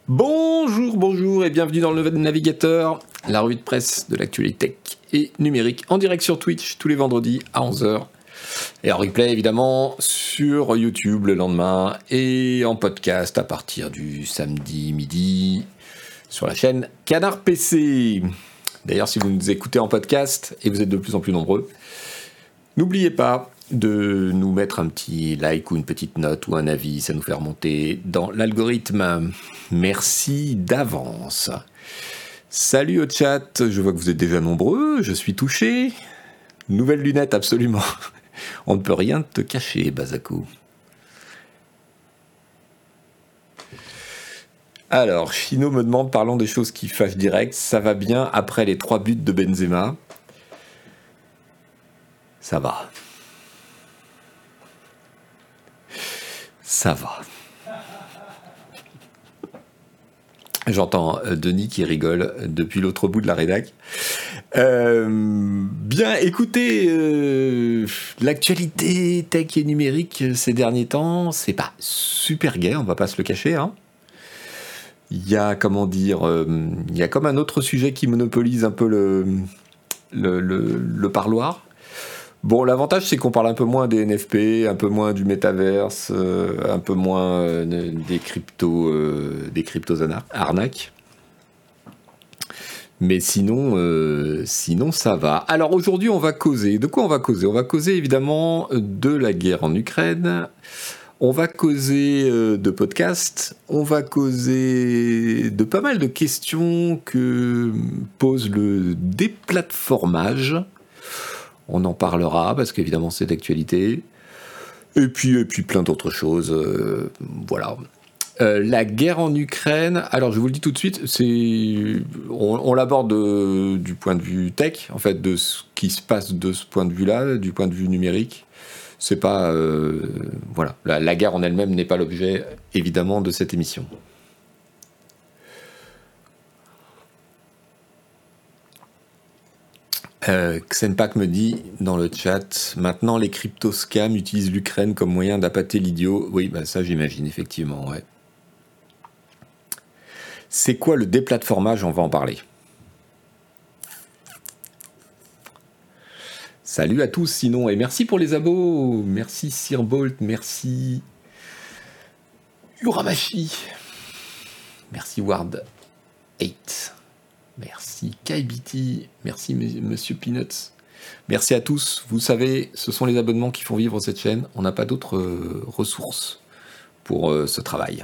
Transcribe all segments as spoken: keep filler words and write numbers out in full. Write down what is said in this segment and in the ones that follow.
Bonjour, bonjour et bienvenue dans le Navigateur, la revue de presse de l'actualité tech et numérique, en direct sur Twitch tous les vendredis à onze heures. Et en replay évidemment sur YouTube le lendemain et en podcast à partir du samedi midi sur la chaîne Canard P C. D'ailleurs, si vous nous écoutez en podcast et vous êtes de plus en plus nombreux, n'oubliez pas de nous mettre un petit like ou une petite note ou un avis, ça nous fait remonter dans l'algorithme. Merci d'avance. Salut au chat, je vois que vous êtes déjà nombreux, je suis touché. Nouvelle lunette, absolument. On ne peut rien te cacher, Bazaku. Alors, Chino me demande, parlons des choses qui fâchent direct, ça va bien après les trois buts de Benzema? Ça va. Ça va. J'entends Denis qui rigole depuis l'autre bout de la rédac. Euh, bien, écoutez, euh, l'actualité tech et numérique ces derniers temps, c'est pas super gai, on va pas se le cacher. Hein. Il y a, comment dire, euh, il y a comme un autre sujet qui monopolise un peu le, le, le, le parloir. Bon, l'avantage, c'est qu'on parle un peu moins des N F P, un peu moins du métaverse, euh, un peu moins euh, des cryptos, euh, des cryptos arnaques. Mais sinon, euh, sinon, ça va. Alors aujourd'hui, on va causer. De quoi on va causer? On va causer évidemment de la guerre en Ukraine. On va causer euh, de podcasts. On va causer de pas mal de questions que pose le déplatformage. On en parlera parce qu'évidemment c'est d'actualité. Et puis, et puis plein d'autres choses. Euh, voilà. Euh, la guerre en Ukraine, alors je vous le dis tout de suite, c'est, on, on l'aborde de, du point de vue tech, en fait, de ce qui se passe de ce point de vue-là, du point de vue numérique. C'est pas, euh, voilà, la, la guerre en elle-même n'est pas l'objet, évidemment, de cette émission. Euh, Xenpak me dit dans le chat, maintenant les crypto-scams utilisent l'Ukraine comme moyen d'appâter l'idiot. Oui, bah ça j'imagine, effectivement, ouais. C'est quoi le déplatformage? On va en parler. Salut à tous sinon, et merci pour les abos. Merci Sir Bolt, merci Uramashi, merci Ward huit. Merci K B T, merci Monsieur Peanuts. Merci à tous. Vous savez, ce sont les abonnements qui font vivre cette chaîne. On n'a pas d'autres euh, ressources pour euh, ce travail.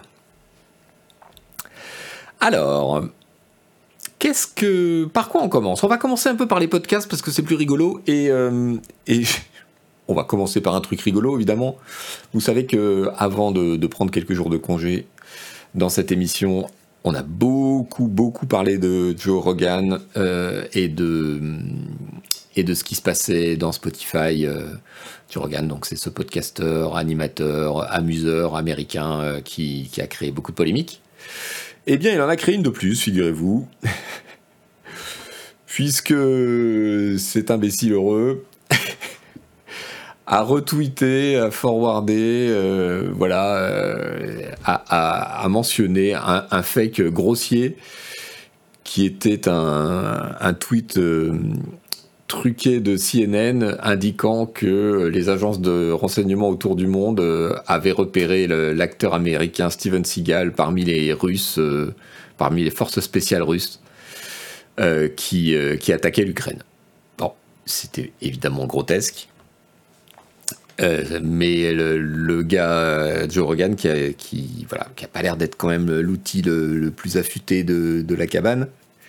Alors, qu'est-ce que, par quoi on commence? On va commencer un peu par les podcasts parce que c'est plus rigolo et, euh, et on va commencer par un truc rigolo évidemment. Vous savez que avant de, de prendre quelques jours de congé dans cette émission, on a beaucoup, beaucoup parlé de Joe Rogan euh, et, de, et de ce qui se passait dans Spotify. Euh, Joe Rogan, donc c'est ce podcasteur, animateur, amuseur américain euh, qui, qui a créé beaucoup de polémiques. Eh bien, il en a créé une de plus, figurez-vous. Puisque cet imbécile heureux a retweeté, a forwardé, euh, voilà, euh, a, a, a mentionné un, un fake grossier qui était un, un tweet euh, truqué de C N N indiquant que les agences de renseignement autour du monde euh, avaient repéré le, l'acteur américain Steven Seagal parmi les Russes, euh, parmi les forces spéciales russes euh, qui, euh, qui attaquaient l'Ukraine. Bon, c'était évidemment grotesque. Euh, mais le, le gars Joe Rogan qui a, qui, voilà, qui a pas l'air d'être quand même l'outil le, le plus affûté de, de la cabane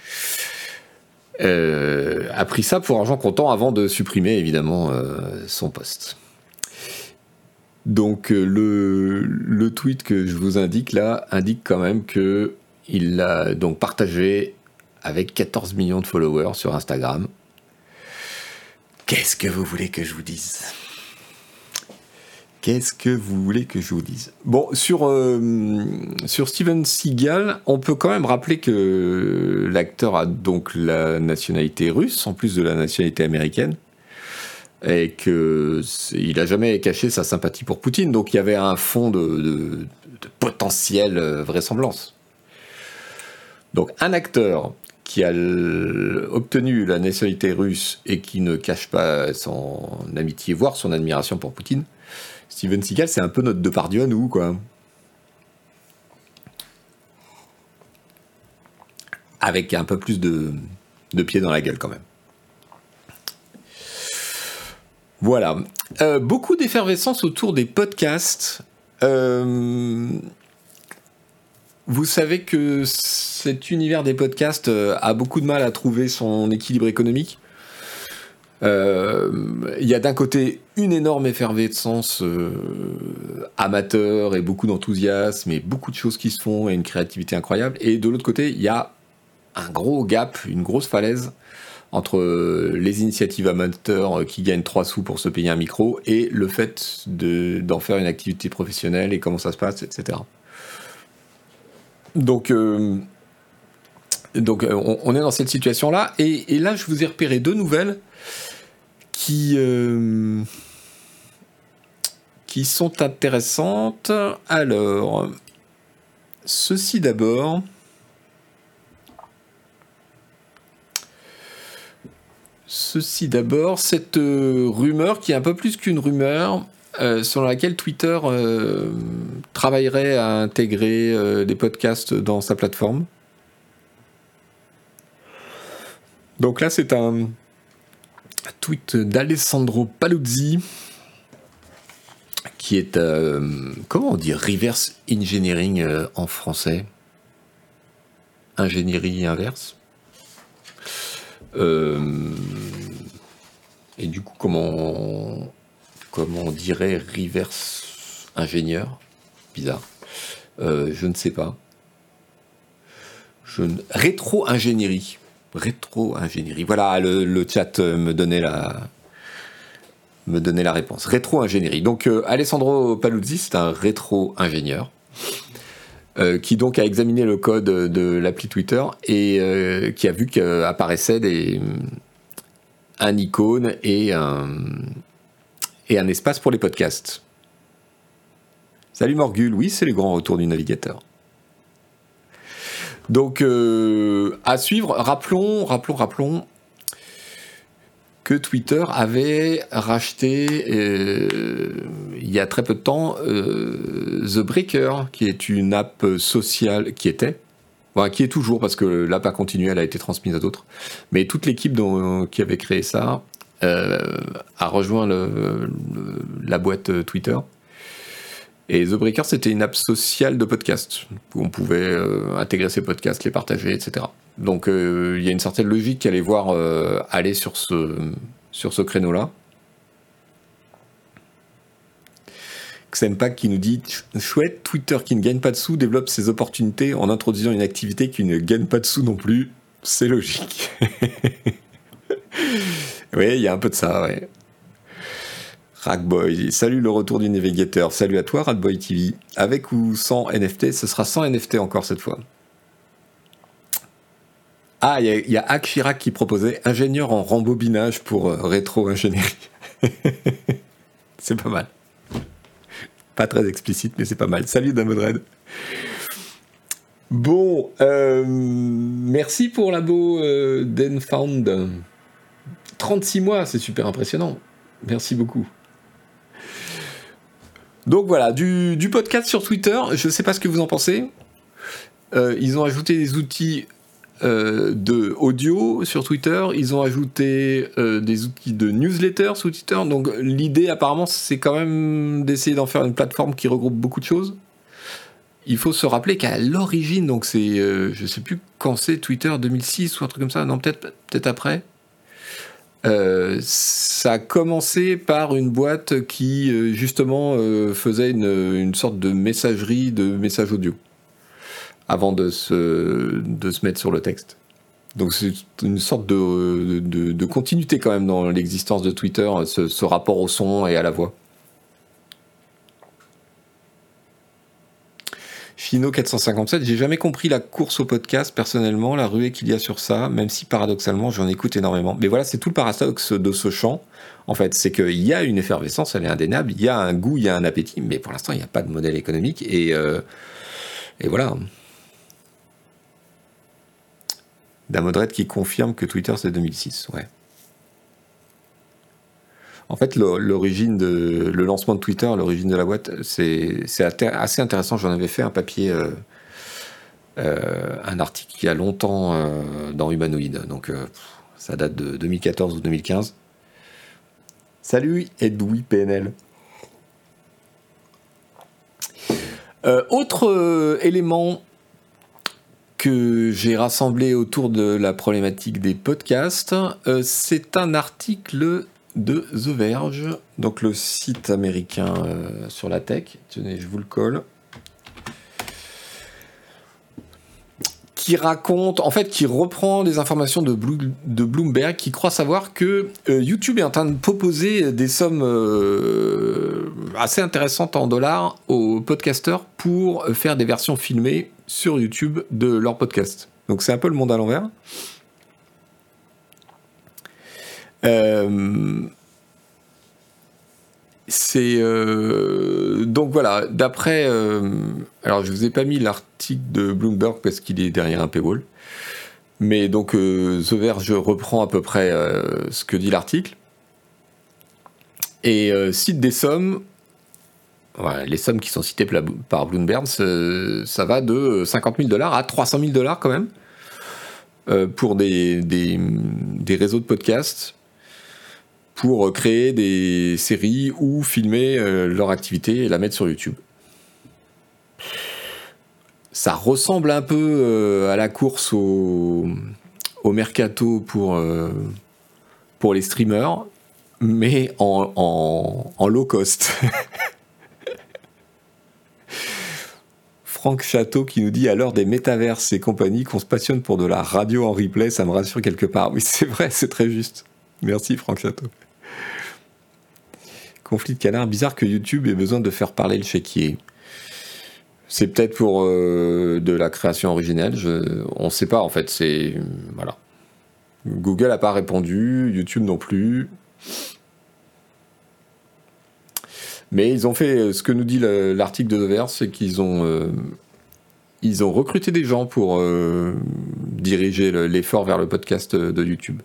euh, a pris ça pour argent comptant avant de supprimer évidemment euh, son post. Donc le, le tweet que je vous indique là indique quand même que il l'a donc partagé avec quatorze millions de followers sur Instagram. Qu'est-ce que vous voulez que je vous dise ? Qu'est-ce que vous voulez que je vous dise? Bon, sur, euh, sur Steven Seagal, on peut quand même rappeler que l'acteur a donc la nationalité russe, en plus de la nationalité américaine, et qu'il n'a jamais caché sa sympathie pour Poutine, donc il y avait un fond de, de, de potentielle vraisemblance. Donc un acteur qui a l- obtenu la nationalité russe et qui ne cache pas son amitié, voire son admiration pour Poutine, Steven Seagal, c'est un peu notre Depardieu à nous, quoi. Avec un peu plus de, de pied dans la gueule, quand même. Voilà. Euh, beaucoup d'effervescence autour des podcasts. Euh, vous savez que cet univers des podcasts euh, a beaucoup de mal à trouver son équilibre économique. Euh, Il y a d'un côté une énorme effervescence euh, amateur et beaucoup d'enthousiasme et beaucoup de choses qui se font et une créativité incroyable. Et de l'autre côté, il y a un gros gap, une grosse falaise entre les initiatives amateurs qui gagnent trois sous pour se payer un micro et le fait de, d'en faire une activité professionnelle et comment ça se passe, et cetera. Donc, euh, donc on, on est dans cette situation-là. Et, et là, je vous ai repéré deux nouvelles qui, euh, qui sont intéressantes. Alors, ceci d'abord... Ceci d'abord, cette euh, rumeur qui est un peu plus qu'une rumeur, euh, selon laquelle Twitter euh, travaillerait à intégrer euh, des podcasts dans sa plateforme. Donc là, c'est un tweet d'Alessandro Paluzzi, qui est, euh, comment on dit, reverse engineering euh, en français ? Ingénierie inverse. Euh, et du coup, comment, comment on dirait reverse ingénieur ? Bizarre. Euh, je ne sais pas. Je ne... Rétro-ingénierie. Rétro-ingénierie. Voilà, le, le chat me donnait la, me donnait la réponse. Rétro-ingénierie. Donc, euh, Alessandro Paluzzi, c'est un rétro-ingénieur. Euh, qui donc a examiné le code de l'appli Twitter et euh, qui a vu qu'apparaissait des, un icône et un, et un espace pour les podcasts. Salut Morgul, oui, c'est le grand retour du navigateur. Donc, euh, à suivre, rappelons, rappelons, rappelons que Twitter avait racheté euh, il y a très peu de temps euh, The Breaker, qui est une app sociale, qui était, enfin, qui est toujours, parce que l'app a continué, elle a été transmise à d'autres, mais toute l'équipe dont, qui avait créé ça euh, a rejoint le, le, la boîte Twitter. Et The Breaker, c'était une app sociale de podcast, où on pouvait euh, intégrer ses podcasts, les partager, et cetera. Donc euh, il y a une certaine logique qu'aller voir euh, aller sur ce, sur ce créneau-là. Xempak qui nous dit « Chouette, Twitter qui ne gagne pas de sous développe ses opportunités en introduisant une activité qui ne gagne pas de sous non plus. C'est logique. » Oui, il y a un peu de ça, ouais. Rackboy, salut le retour du navigateur. Salut à toi, Rackboy T V. Avec ou sans N F T ? Ce sera sans N F T encore cette fois. Ah, il y, y a Ak Chirac qui proposait ingénieur en rembobinage pour euh, rétro-ingénierie. C'est pas mal. Pas très explicite, mais c'est pas mal. Salut Damodred. Bon, euh, merci pour l'abo euh, d'Enfound. trente-six mois, c'est super impressionnant. Merci beaucoup. Donc voilà, du, du podcast sur Twitter, je ne sais pas ce que vous en pensez. Euh, ils ont ajouté des outils euh, de audio sur Twitter, ils ont ajouté euh, des outils de newsletter sur Twitter. Donc l'idée apparemment c'est quand même d'essayer d'en faire une plateforme qui regroupe beaucoup de choses. Il faut se rappeler qu'à l'origine, donc c'est, euh, je ne sais plus quand c'est, Twitter deux mille six ou un truc comme ça, non peut-être, peut-être après. Euh, ça a commencé par une boîte qui euh, justement euh, faisait une, une sorte de messagerie de messages audio avant de se, de se mettre sur le texte. Donc c'est une sorte de, de, de continuité quand même dans l'existence de Twitter, ce, ce rapport au son et à la voix. Fino quatre cent cinquante-sept, j'ai jamais compris la course au podcast, personnellement, la ruée qu'il y a sur ça, même si paradoxalement j'en écoute énormément. Mais voilà, c'est tout le paradoxe de ce champ, en fait, c'est qu'il y a une effervescence, elle est indéniable, il y a un goût, il y a un appétit, mais pour l'instant il n'y a pas de modèle économique, et, euh, et voilà. Damodred qui confirme que Twitter c'est deux mille six, ouais. En fait, l'origine de le lancement de Twitter, l'origine de la boîte, c'est assez intéressant. J'en avais fait un papier, euh, euh, un article il y a longtemps euh, dans Humanoid. Donc, euh, ça date de deux mille quatorze ou deux mille quinze. Salut Edoui P N L. Euh, autre euh, élément que j'ai rassemblé autour de la problématique des podcasts, euh, c'est un article de The Verge, donc le site américain euh, sur la tech. Tenez, je vous le colle. Qui raconte, en fait, qui reprend des informations de, Blue, de Bloomberg, qui croit savoir que euh, YouTube est en train de proposer des sommes euh, assez intéressantes en dollars aux podcasteurs pour faire des versions filmées sur YouTube de leurs podcasts. Donc c'est un peu le monde à l'envers. Euh, c'est euh, donc voilà, d'après euh, alors je vous ai pas mis l'article de Bloomberg parce qu'il est derrière un paywall, mais donc euh, The Verge reprend à peu près euh, ce que dit l'article et euh, cite des sommes. Voilà, les sommes qui sont citées par Bloomberg, ça va de cinquante mille dollars à trois cent mille dollars quand même euh, pour des, des, des réseaux de podcasts, pour créer des séries ou filmer euh, leur activité et la mettre sur YouTube. Ça ressemble un peu euh, à la course au, au mercato pour, euh, pour les streamers, mais en, en, en low cost. Franck Château qui nous dit à l'heure des métaverses et compagnie qu'on se passionne pour de la radio en replay, ça me rassure quelque part. Oui, c'est vrai, c'est très juste. Merci Franck Château. Conflit de canard, bizarre que YouTube ait besoin de faire parler le chéquier. C'est peut-être pour euh, de la création originelle, je, on ne sait pas en fait. C'est voilà. Google n'a pas répondu, YouTube non plus. Mais ils ont fait ce que nous dit l'article de The Verge, c'est qu'ils ont, euh, ils ont recruté des gens pour euh, diriger l'effort vers le podcast de YouTube.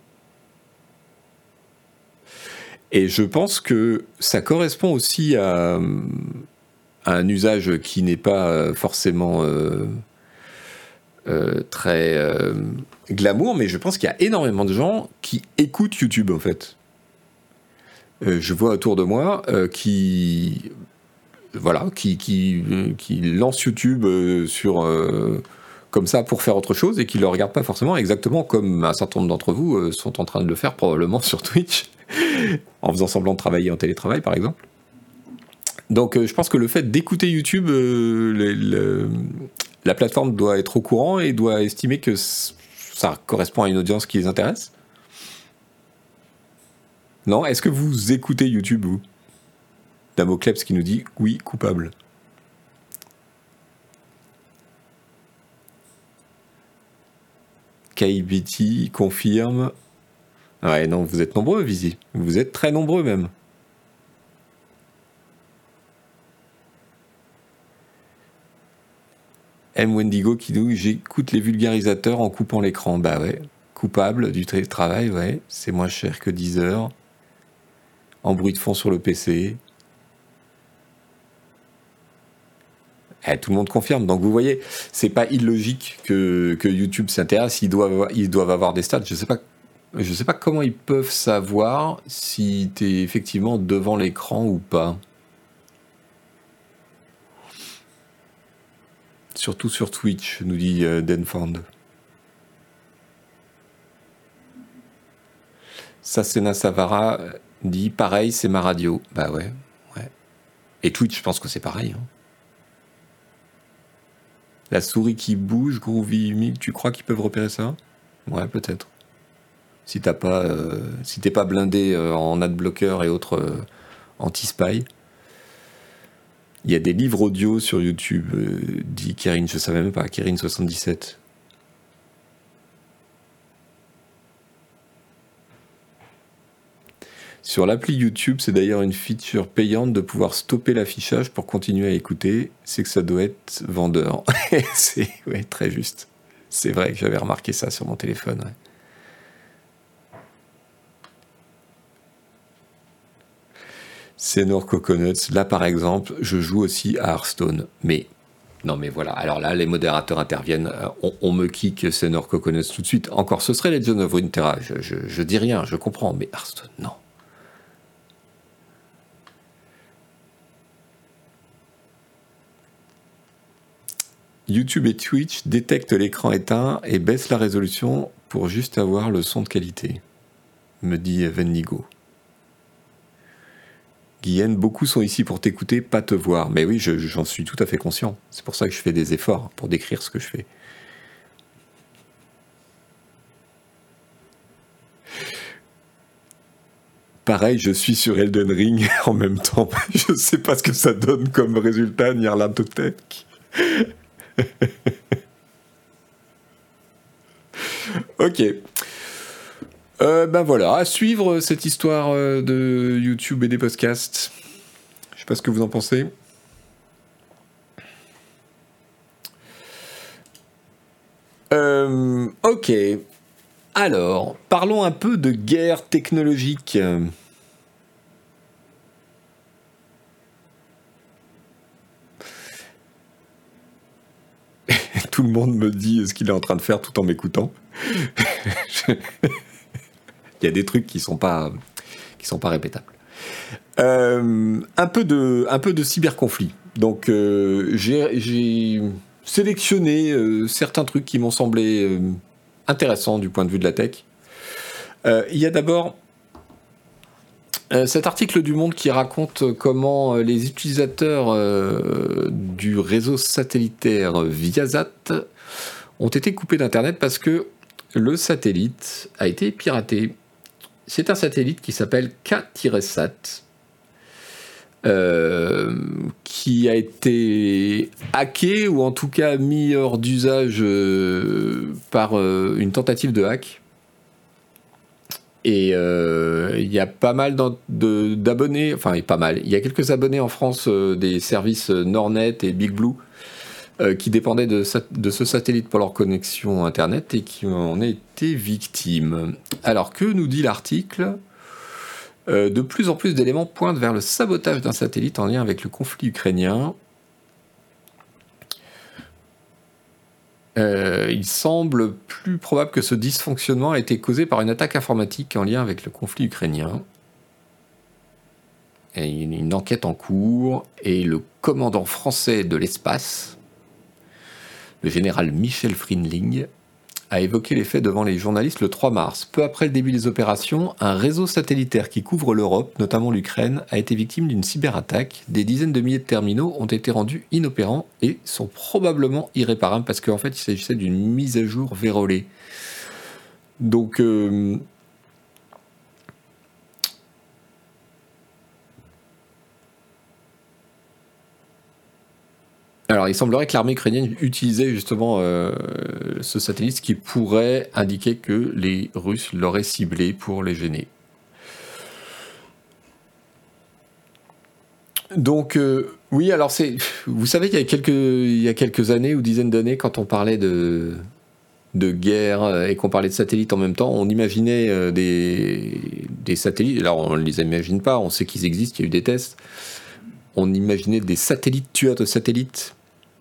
Et je pense que ça correspond aussi à, à un usage qui n'est pas forcément euh, euh, très euh, glamour, mais je pense qu'il y a énormément de gens qui écoutent YouTube en fait. Euh, je vois autour de moi euh, qui, voilà, qui, qui, qui lancent YouTube euh, sur, euh, comme ça pour faire autre chose et qui ne le regardent pas forcément exactement comme un certain nombre d'entre vous euh, sont en train de le faire probablement sur Twitch, en faisant semblant de travailler en télétravail par exemple. Donc euh, je pense que le fait d'écouter YouTube, euh, le, le, la plateforme doit être au courant et doit estimer que ça correspond à une audience qui les intéresse. Non, est-ce que vous écoutez YouTube, vous ? Damocleps qui nous dit « Oui, coupable ». K I B T confirme. Ouais, non, vous êtes nombreux, Visi. Vous êtes très nombreux, même. M. Wendigo qui nous dit « J'écoute les vulgarisateurs en coupant l'écran ». Bah ouais, coupable du télétravail, ouais, c'est moins cher que dix heures. En bruit de fond sur le P C. Eh, tout le monde confirme. Donc vous voyez, c'est pas illogique que, que YouTube s'intéresse. Ils doivent, ils doivent avoir des stats. Je sais pas, je sais pas comment ils peuvent savoir si t'es effectivement devant l'écran ou pas. Surtout sur Twitch, nous dit euh, Denford. Sasena Savara dit pareil, c'est ma radio. Bah ouais, ouais. Et Twitch, je pense que c'est pareil. Hein. La souris qui bouge, Groovy humide, tu crois qu'ils peuvent repérer ça ? Ouais, peut-être. Si t'as pas, euh, si t'es pas blindé euh, en adblocker et autres euh, anti-spy. Il y a des livres audio sur YouTube, euh, dit Kérine, je savais même pas, Kérine soixante-dix-sept. Sur l'appli YouTube, c'est d'ailleurs une feature payante de pouvoir stopper l'affichage pour continuer à écouter. C'est que ça doit être vendeur. C'est ouais, très juste. C'est vrai que j'avais remarqué ça sur mon téléphone. Ouais. Senor Coconuts, là par exemple, je joue aussi à Hearthstone. Mais, non mais voilà, alors là, les modérateurs interviennent, on, on me kick Senor Coconuts tout de suite. Encore, ce serait Legend of Runeterra, je, je, je dis rien, je comprends, mais Hearthstone, non. YouTube et Twitch détectent l'écran éteint et baissent la résolution pour juste avoir le son de qualité, me dit Vendigo. Guyenne, beaucoup sont ici pour t'écouter, pas te voir. Mais oui, je, j'en suis tout à fait conscient. C'est pour ça que je fais des efforts pour décrire ce que je fais. Pareil, je suis sur Elden Ring en même temps. Je sais pas ce que ça donne comme résultat, Nyarlathotep. Ok. Euh, ben voilà, à suivre cette histoire de YouTube et des podcasts. Je sais pas ce que vous en pensez. Euh, ok. Alors, parlons un peu de guerre technologique. Tout le monde me dit ce qu'il est en train de faire tout en m'écoutant. Il y a des trucs qui sont pas, qui sont pas répétables. Euh, un peu de, un peu de cyberconflit. Donc, euh, j'ai, j'ai sélectionné euh, certains trucs qui m'ont semblé euh, intéressants du point de vue de la tech. Euh, il y a d'abord euh, cet article du Monde qui raconte comment euh, les utilisateurs euh, du réseau satellitaire Viasat ont été coupés d'Internet parce que le satellite a été piraté. C'est un satellite qui s'appelle K-Sat, euh, qui a été hacké ou en tout cas mis hors d'usage euh, par euh, une tentative de hack. Et il euh, y a pas mal de, d'abonnés, enfin pas mal, il y a quelques abonnés en France euh, des services Nordnet et Big Blue euh, qui dépendaient de, de ce satellite pour leur connexion Internet et qui en ont été victimes. Alors que nous dit l'article ? euh, De plus en plus d'éléments pointent vers le sabotage d'un satellite en lien avec le conflit ukrainien. Euh, il semble plus probable que ce dysfonctionnement a été causé par une attaque informatique en lien avec le conflit ukrainien. Et il y a une enquête en cours et le commandant français de l'espace, le général Michel Friedling, a évoqué les faits devant les journalistes le trois mars. Peu après le début des opérations, un réseau satellitaire qui couvre l'Europe, notamment l'Ukraine, a été victime d'une cyberattaque. Des dizaines de milliers de terminaux ont été rendus inopérants et sont probablement irréparables parce qu'en fait, il s'agissait d'une mise à jour vérolée. Donc... Euh, Alors, il semblerait que l'armée ukrainienne utilisait justement euh, ce satellite, ce qui pourrait indiquer que les Russes l'auraient ciblé pour les gêner. Donc, euh, oui, alors c'est... Vous savez qu'il y a quelques, il y a quelques années ou dizaines d'années, quand on parlait de, de guerre et qu'on parlait de satellites en même temps, on imaginait euh, des, des satellites... Alors, on ne les imagine pas, on sait qu'ils existent, il y a eu des tests. On imaginait des satellites tueurs de satellites.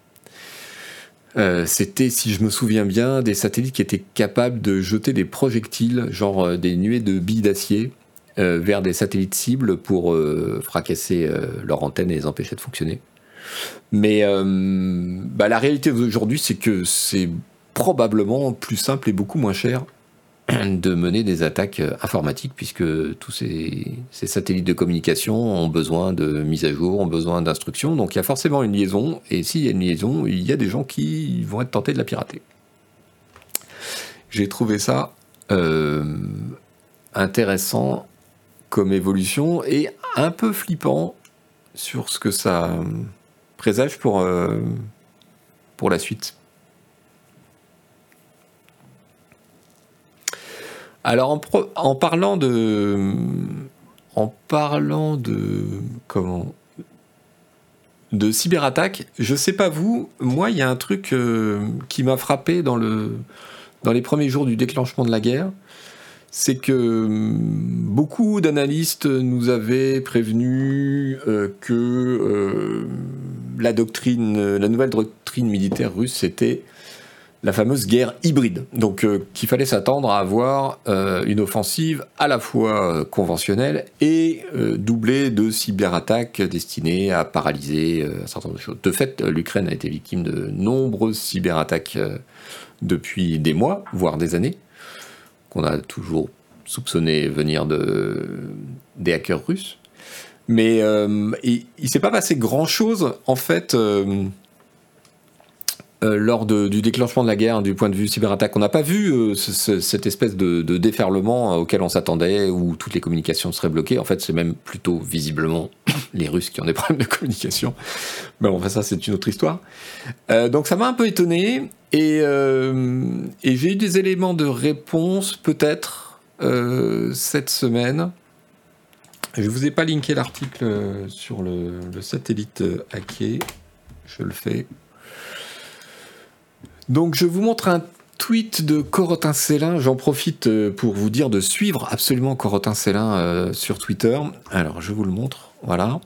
Euh, c'était, si je me souviens bien, des satellites qui étaient capables de jeter des projectiles, genre euh, des nuées de billes d'acier, euh, vers des satellites cibles pour euh, fracasser euh, leur antenne et les empêcher de fonctionner. Mais euh, bah, la réalité d'aujourd'hui, c'est que c'est probablement plus simple et beaucoup moins cher de mener des attaques informatiques, puisque tous ces, ces satellites de communication ont besoin de mise à jour, ont besoin d'instructions, donc il y a forcément une liaison, et s'il y a une liaison, il y a des gens qui vont être tentés de la pirater. J'ai trouvé ça euh, intéressant comme évolution, et un peu flippant sur ce que ça présage pour, euh, pour la suite. Alors en, pro, en parlant de, en parlant de comment, de cyberattaque. Je sais pas vous, moi, il y a un truc euh, qui m'a frappé dans, le, dans les premiers jours du déclenchement de la guerre. C'est que hum, beaucoup d'analystes nous avaient prévenu euh, que euh, la doctrine, la nouvelle doctrine militaire russe, c'était la fameuse guerre hybride. Donc euh, qu'il fallait s'attendre à avoir euh, une offensive à la fois euh, conventionnelle et euh, doublée de cyberattaques destinées à paralyser euh, un certain nombre de choses. De fait, l'Ukraine a été victime de nombreuses cyberattaques euh, depuis des mois, voire des années, qu'on a toujours soupçonné venir de, des hackers russes. Mais euh, il ne s'est pas passé grand-chose, en fait, euh, euh, lors de, du déclenchement de la guerre, du point de vue cyberattaque. On n'a pas vu euh, ce, ce, cette espèce de, de déferlement auquel on s'attendait, où toutes les communications seraient bloquées. En fait, c'est même plutôt visiblement les Russes qui ont des problèmes de communication. Mais bon, enfin, ça, c'est une autre histoire. Euh, donc ça m'a un peu étonné. Et, euh, et j'ai eu des éléments de réponse, peut-être, euh, cette semaine. Je ne vous ai pas linké l'article sur le, le satellite hacké. Je le fais. Donc je vous montre un tweet de Corotin Célin. J'en profite pour vous dire de suivre absolument Corotin Célin euh, sur Twitter. Alors je vous le montre. Voilà.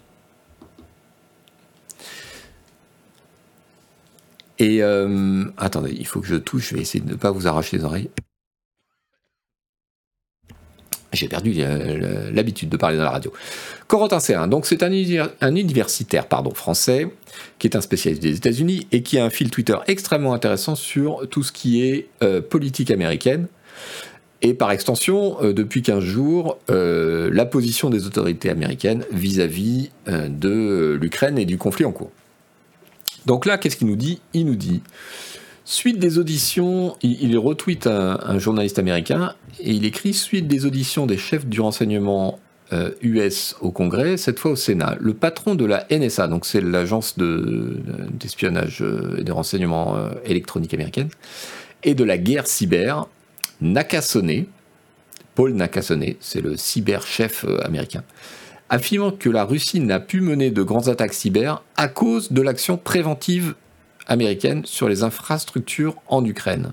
Et euh, attendez, il faut que je touche, je vais essayer de ne pas vous arracher les oreilles. J'ai perdu l'habitude de parler dans la radio. Corotin Célin, donc c'est un, un universitaire pardon, français qui est un spécialiste des États-Unis et qui a un fil Twitter extrêmement intéressant sur tout ce qui est euh, politique américaine. Et par extension, euh, depuis quinze jours, euh, la position des autorités américaines vis-à-vis euh, de l'Ukraine et du conflit en cours. Donc là, qu'est-ce qu'il nous dit ? Il nous dit, suite des auditions, il, il retweet un, un journaliste américain, et il écrit, suite des auditions des chefs du renseignement euh, U S au Congrès, cette fois au Sénat, le patron de la N S A, donc c'est l'agence de, d'espionnage et de renseignement euh, électronique américaine, et de la guerre cyber, Nakasone, Paul Nakasone, c'est le cyber-chef euh, américain, affirmant que la Russie n'a pu mener de grandes attaques cyber à cause de l'action préventive américaine sur les infrastructures en Ukraine.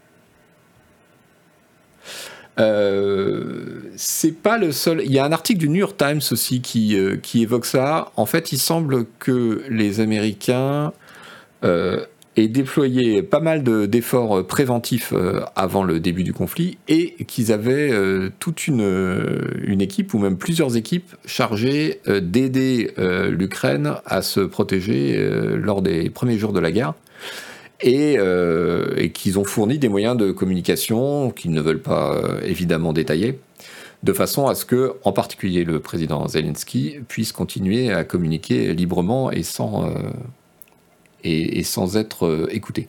Euh, c'est pas le seul. Il y a un article du New York Times aussi qui, euh, qui évoque ça. En fait, il semble que les Américains euh, aient déployé pas mal de, d'efforts préventifs euh, avant le début du conflit et qu'ils avaient euh, toute une, une équipe ou même plusieurs équipes chargées euh, d'aider euh, l'Ukraine à se protéger euh, lors des premiers jours de la guerre. Et, euh, et qu'ils ont fourni des moyens de communication qu'ils ne veulent pas euh, évidemment détailler, de façon à ce que, en particulier le président Zelensky, puisse continuer à communiquer librement et sans, euh, et, et sans être euh, écouté.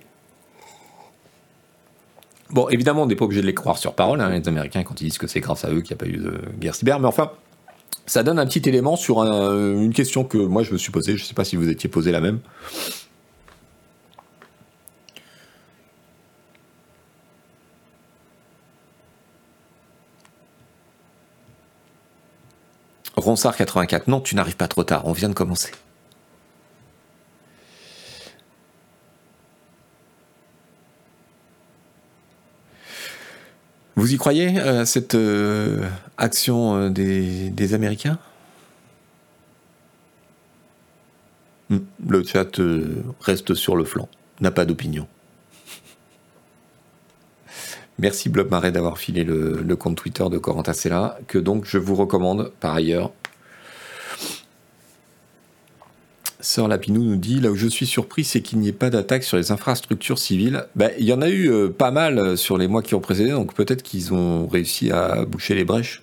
Bon, évidemment, on n'est pas obligé de les croire sur parole, hein, les Américains, quand ils disent que c'est grâce à eux qu'il n'y a pas eu de guerre cyber, mais enfin, ça donne un petit élément sur un, une question que moi je me suis posée, je ne sais pas si vous étiez posé la même. Ronsard quatre-vingt-quatre, non, tu n'arrives pas trop tard, on vient de commencer. Vous y croyez à cette euh, action euh, des, des Américains ? Le chat euh, reste sur le flanc, n'a pas d'opinion. Merci Blob Marais d'avoir filé le, le compte Twitter de Corentin Célin, que donc je vous recommande par ailleurs. Sœur Lapinou nous dit, là où je suis surpris, c'est qu'il n'y ait pas d'attaque sur les infrastructures civiles. Ben, il y en a eu euh, pas mal sur les mois qui ont précédé, donc peut-être qu'ils ont réussi à boucher les brèches.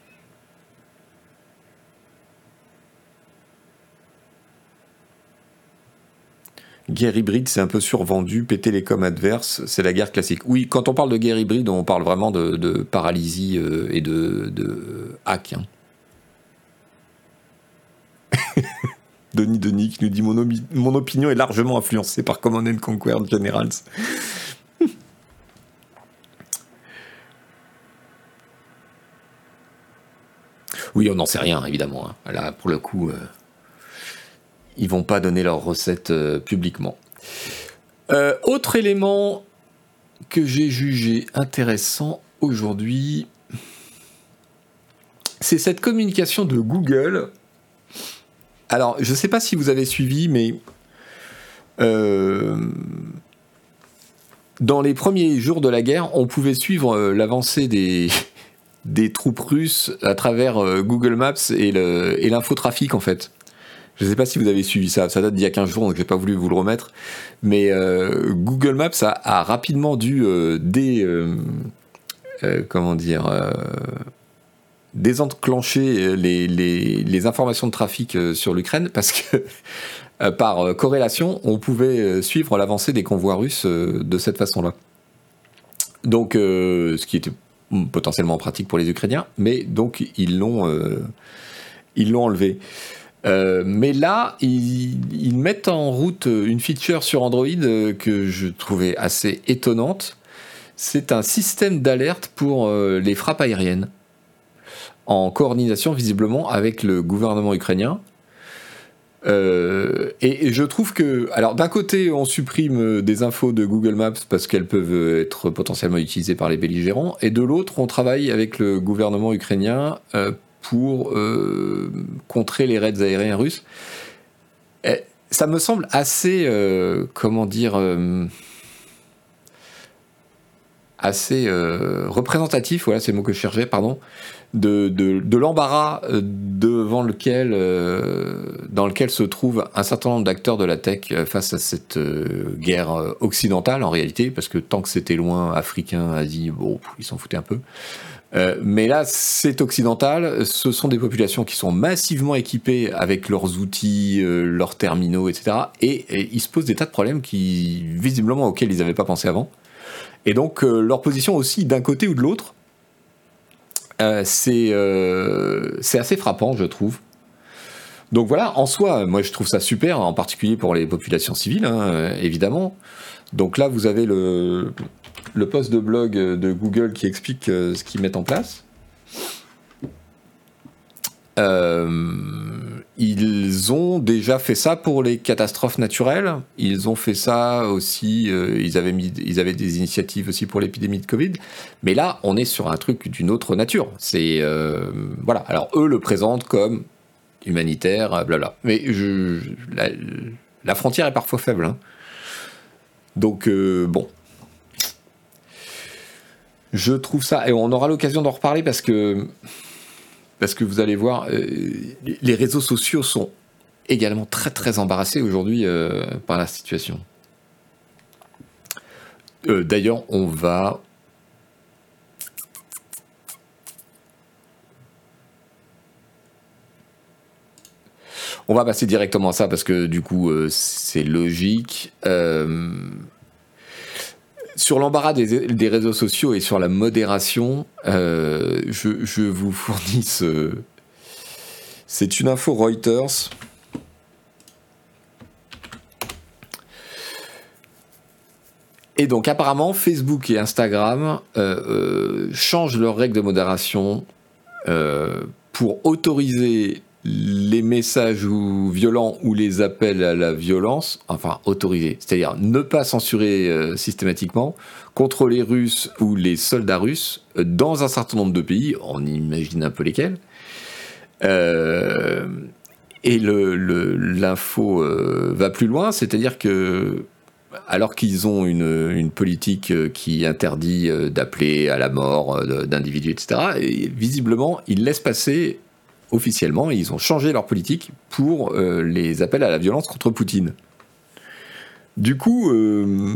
Guerre hybride, c'est un peu survendu. P. Télécom adverse, c'est la guerre classique. Oui, quand on parle de guerre hybride, on parle vraiment de, de paralysie euh, et de, de hack. Hein. Denis Denis qui nous dit mon, mon opinion est largement influencée par Command and Conquer Generals. Oui, on n'en sait rien, évidemment. Hein. Là, pour le coup... Euh... ils vont pas donner leurs recettes euh, publiquement. Euh, autre élément que j'ai jugé intéressant aujourd'hui, c'est cette communication de Google. Alors, je ne sais pas si vous avez suivi, mais euh, dans les premiers jours de la guerre, on pouvait suivre euh, l'avancée des, des troupes russes à travers euh, Google Maps et, le, et l'infotrafic, en fait. Je ne sais pas si vous avez suivi ça, ça date d'il y a quinze jours, donc je n'ai pas voulu vous le remettre. Mais euh, Google Maps a, a rapidement dû euh, dé, euh, euh, comment dire, euh, désenclencher les, les, les informations de trafic euh, sur l'Ukraine, parce que euh, par euh, corrélation, on pouvait euh, suivre l'avancée des convois russes euh, de cette façon-là. Donc, euh, ce qui était potentiellement pratique pour les Ukrainiens, mais donc ils l'ont, euh, ils l'ont enlevé. Euh, mais là, ils, ils mettent en route une feature sur Android euh, que je trouvais assez étonnante. C'est un système d'alerte pour euh, les frappes aériennes, en coordination visiblement avec le gouvernement ukrainien. Euh, et, et je trouve que, alors d'un côté, on supprime des infos de Google Maps parce qu'elles peuvent être potentiellement utilisées par les belligérants, et de l'autre, on travaille avec le gouvernement ukrainien euh, pour euh, contrer les raids aériens russes. Et ça me semble assez, euh, comment dire, euh, assez euh, représentatif, voilà, c'est le mot que je cherchais, pardon, de, de, de l'embarras devant lequel, euh, dans lequel se trouve un certain nombre d'acteurs de la tech face à cette euh, guerre occidentale, en réalité, parce que tant que c'était loin, africain, Asie, bon, ils s'en foutaient un peu. Euh, mais là, c'est occidental, ce sont des populations qui sont massivement équipées avec leurs outils, euh, leurs terminaux, et cetera. Et, et ils se posent des tas de problèmes qui, visiblement, auxquels ils n'avaient pas pensé avant. Et donc, euh, leur position aussi, d'un côté ou de l'autre, euh, c'est, euh, c'est assez frappant, je trouve. Donc voilà, en soi, moi je trouve ça super, en particulier pour les populations civiles, hein, évidemment. Donc là, vous avez le, le post de blog de Google qui explique euh, ce qu'ils mettent en place. Euh, ils ont déjà fait ça pour les catastrophes naturelles. Ils ont fait ça aussi. Euh, ils avaient mis, ils avaient des initiatives aussi pour l'épidémie de Covid. Mais là, on est sur un truc d'une autre nature. C'est euh, voilà. Alors eux le présentent comme humanitaire, blabla. Mais je, la, la frontière est parfois faible. Hein. Donc euh, bon. Je trouve ça, et on aura l'occasion d'en reparler parce que, parce que vous allez voir, euh, les réseaux sociaux sont également très très embarrassés aujourd'hui euh, par la situation. Euh, d'ailleurs, on va... On va passer directement à ça parce que du coup, euh, c'est logique. Euh... Sur l'embarras des, des réseaux sociaux et sur la modération, euh, je, je vous fournis ce... C'est une info Reuters. Et donc apparemment, Facebook et Instagram euh, euh, changent leurs règles de modération euh, pour autoriser les messages ou violents ou les appels à la violence, enfin autoriser, c'est-à-dire ne pas censurer euh, systématiquement contre les Russes ou les soldats russes euh, dans un certain nombre de pays, on imagine un peu lesquels. Euh, et le, le, l'info euh, va plus loin, c'est-à-dire que alors qu'ils ont une, une politique qui interdit d'appeler à la mort d'individus, et cetera, et visiblement, ils laissent passer officiellement, ils ont changé leur politique pour euh, les appels à la violence contre Poutine. Du coup, euh,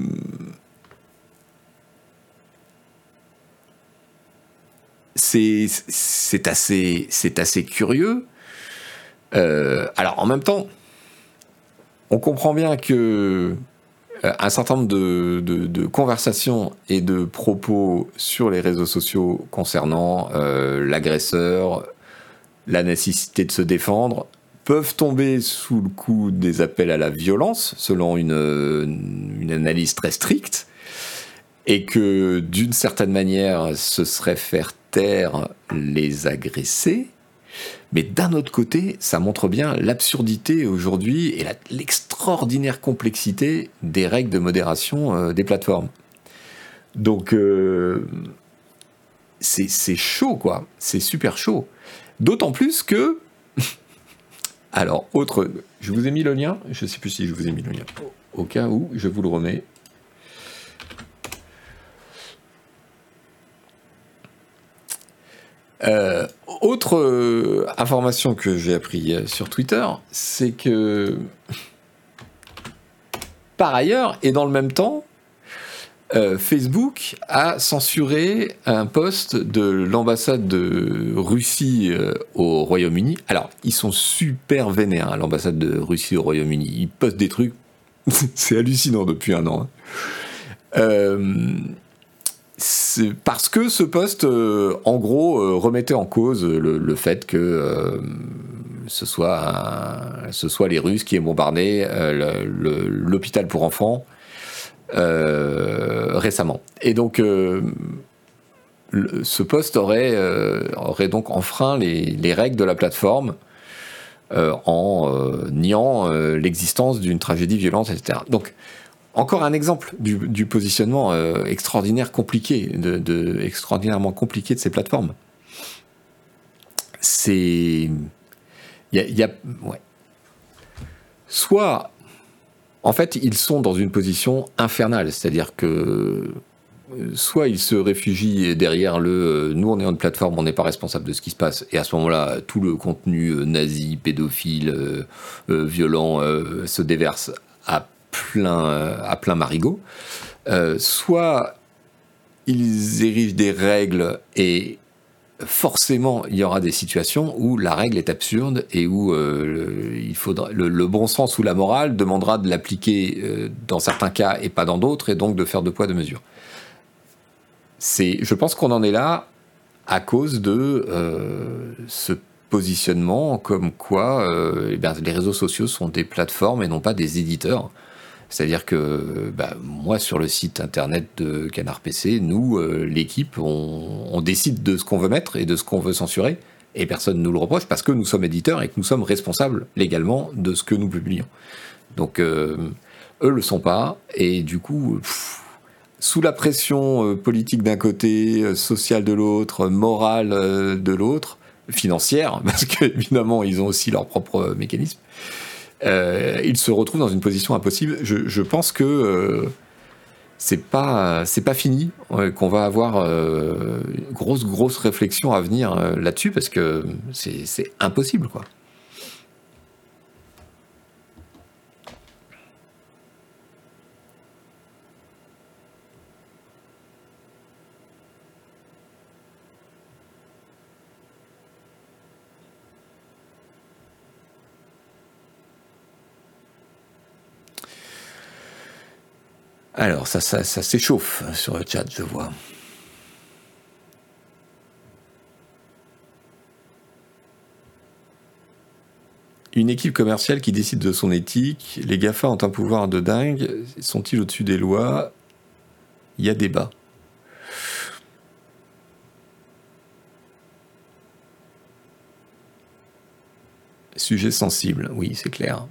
c'est, c'est, assez, c'est assez curieux. Euh, alors, en même temps, on comprend bien que un certain nombre de, de, de conversations et de propos sur les réseaux sociaux concernant euh, l'agresseur, la nécessité de se défendre, peuvent tomber sous le coup des appels à la violence, selon une, une analyse très stricte, et que d'une certaine manière, ce serait faire taire les agressés. Mais d'un autre côté, ça montre bien l'absurdité aujourd'hui et la, l'extraordinaire complexité des règles de modération euh, des plateformes. Donc, euh, c'est, c'est chaud, quoi. C'est super chaud. D'autant plus que... Alors, autre... Je vous ai mis le lien. Je ne sais plus si je vous ai mis le lien. Au cas où, je vous le remets. Euh, autre euh, information que j'ai appris euh, sur Twitter, c'est que par ailleurs et dans le même temps, euh, Facebook a censuré un post de l'ambassade de Russie euh, au Royaume-Uni. Alors, ils sont super vénères, hein, l'ambassade de Russie au Royaume-Uni. Ils postent des trucs, c'est hallucinant depuis un an. Hein. Euh, C'est parce que ce poste, euh, en gros, euh, remettait en cause le, le fait que euh, ce, soit un, ce soit les Russes qui aient bombardé euh, le, le, l'hôpital pour enfants euh, récemment. Et donc, euh, le, ce poste aurait, euh, aurait donc enfreint les, les règles de la plateforme euh, en euh, niant euh, l'existence d'une tragédie violente, et cetera. Donc, encore un exemple du, du positionnement euh, extraordinaire compliqué, de, de, extraordinairement compliqué de ces plateformes. C'est... Il y a... Y a ouais. Soit, en fait, ils sont dans une position infernale, c'est-à-dire que soit ils se réfugient derrière le euh, « nous, on est une plateforme, on n'est pas responsable de ce qui se passe », et à ce moment-là, tout le contenu euh, nazi, pédophile, euh, euh, violent euh, se déverse à plein, euh, à plein marigot, euh, soit ils érigent des règles et forcément il y aura des situations où la règle est absurde et où euh, le, il faudra, le, le bon sens ou la morale demandera de l'appliquer euh, dans certains cas et pas dans d'autres, et donc de faire deux poids deux mesures. C'est, je pense qu'on en est là à cause de euh, ce positionnement comme quoi euh, eh bien, les réseaux sociaux sont des plateformes et non pas des éditeurs. C'est-à-dire que bah, moi, sur le site internet de Canard P C, nous, euh, l'équipe, on, on décide de ce qu'on veut mettre et de ce qu'on veut censurer, et personne ne nous le reproche parce que nous sommes éditeurs et que nous sommes responsables légalement de ce que nous publions. Donc, euh, eux le sont pas, et du coup, pff, sous la pression euh, politique d'un côté, euh, sociale de l'autre, morale euh, de l'autre, financière, parce qu'évidemment, ils ont aussi leurs propres mécanismes, Euh, il se retrouve dans une position impossible. Je, je pense que euh, c'est pas c'est pas fini, euh, qu'on va avoir euh, une grosse grosse réflexion à venir euh, là-dessus, parce que c'est, c'est impossible, quoi. Alors, ça, ça, ça s'échauffe sur le chat, je vois. Une équipe commerciale qui décide de son éthique, les GAFA ont un pouvoir de dingue, sont-ils au-dessus des lois? Il y a débat. Sujet sensible, oui, c'est clair.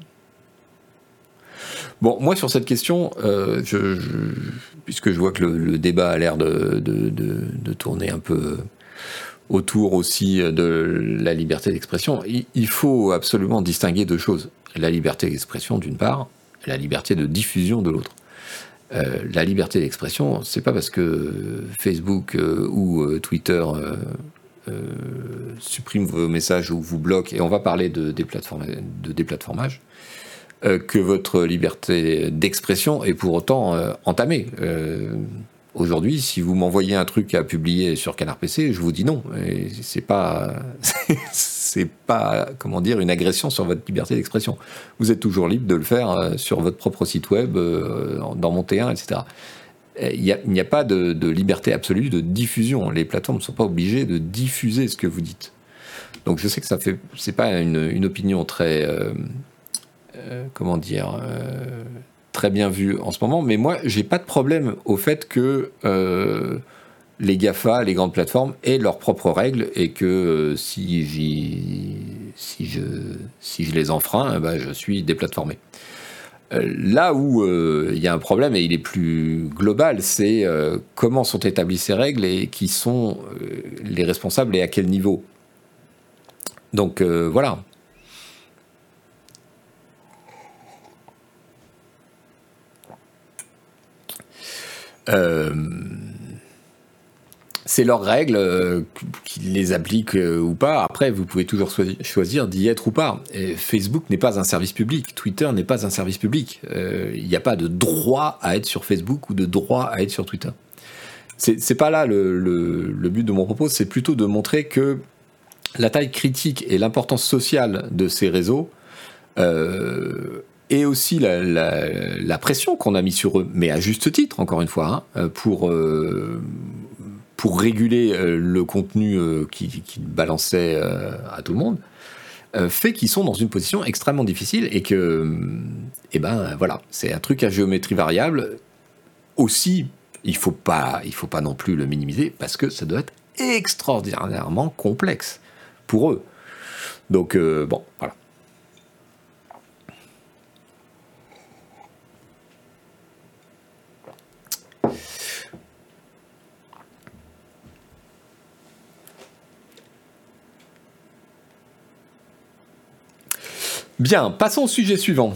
Bon, moi, sur cette question, euh, je, je, puisque je vois que le, le débat a l'air de, de, de, de tourner un peu autour aussi de la liberté d'expression, il, il faut absolument distinguer deux choses. La liberté d'expression, d'une part, et la liberté de diffusion, de l'autre. Euh, la liberté d'expression, c'est pas parce que Facebook euh, ou euh, Twitter euh, euh, supprime vos messages ou vous bloque, et on va parler de, déplatform- de déplatformage, euh, que votre liberté d'expression est pour autant euh, entamée. Euh, aujourd'hui, si vous m'envoyez un truc à publier sur Canard P C, je vous dis non. Et c'est pas, c'est pas, comment dire, une agression sur votre liberté d'expression. Vous êtes toujours libre de le faire euh, sur votre propre site web, euh, dans Montée un, et cetera. Il n'y a, il n'y a pas de, de liberté absolue de diffusion. Les plateformes ne sont pas obligées de diffuser ce que vous dites. Donc je sais que ça fait, c'est pas une, une opinion très, euh, euh, comment dire, euh, très bien vue en ce moment, mais moi j'ai pas de problème au fait que euh, les GAFA, les grandes plateformes, aient leurs propres règles et que euh, si, j'y, si, je, si je les enfreins, eh ben, je suis déplatformé. Euh, là où il euh, y a un problème, et il est plus global, c'est euh, comment sont établies ces règles et qui sont euh, les responsables et à quel niveau. Donc euh, voilà. Euh, c'est leurs règles, euh, qu'ils les appliquent euh, ou pas. Après, vous pouvez toujours choisir, choisir d'y être ou pas. Et Facebook n'est pas un service public. Twitter n'est pas un service public. Il euh, n'y a pas de droit à être sur Facebook ou de droit à être sur Twitter. C'est, c'est pas là le, le, le but de mon propos. C'est plutôt de montrer que la taille critique et l'importance sociale de ces réseaux euh, et aussi la, la, la pression qu'on a mis sur eux, mais à juste titre, encore une fois, hein, pour... Euh, pour réguler euh, le contenu euh, qu'ils qui balançaient euh, à tout le monde, euh, fait qu'ils sont dans une position extrêmement difficile et que, eh ben voilà, c'est un truc à géométrie variable. Aussi, il faut pas, il faut pas non plus le minimiser parce que ça doit être extraordinairement complexe pour eux. Donc euh, bon, voilà. Bien, passons au sujet suivant.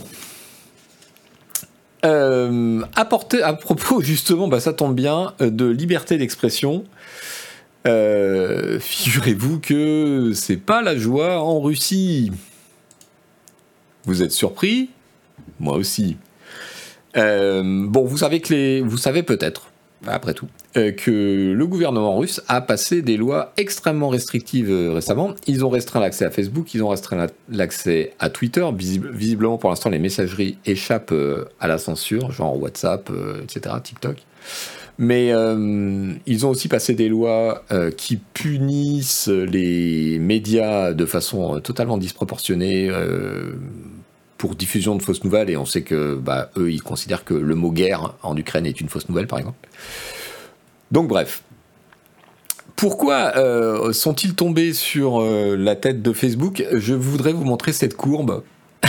Euh, apporter, à propos, justement, bah, ça tombe bien, de liberté d'expression, euh, figurez-vous que c'est pas la joie en Russie. Vous êtes surpris ? Moi aussi. Euh, bon, vous savez que les, vous savez peut-être, après tout, euh, que le gouvernement russe a passé des lois extrêmement restrictives euh, récemment. Ils ont restreint l'accès à Facebook, ils ont restreint la, l'accès à Twitter. Visible, visiblement, pour l'instant, les messageries échappent euh, à la censure, genre WhatsApp, euh, et cetera, TikTok. Mais euh, ils ont aussi passé des lois euh, qui punissent les médias de façon euh, totalement disproportionnée euh, pour diffusion de fausses nouvelles, et on sait que bah, eux, ils considèrent que le mot guerre en Ukraine est une fausse nouvelle, par exemple. Donc bref. Pourquoi euh, sont-ils tombés sur euh, la tête de Facebook ? Je voudrais vous montrer cette courbe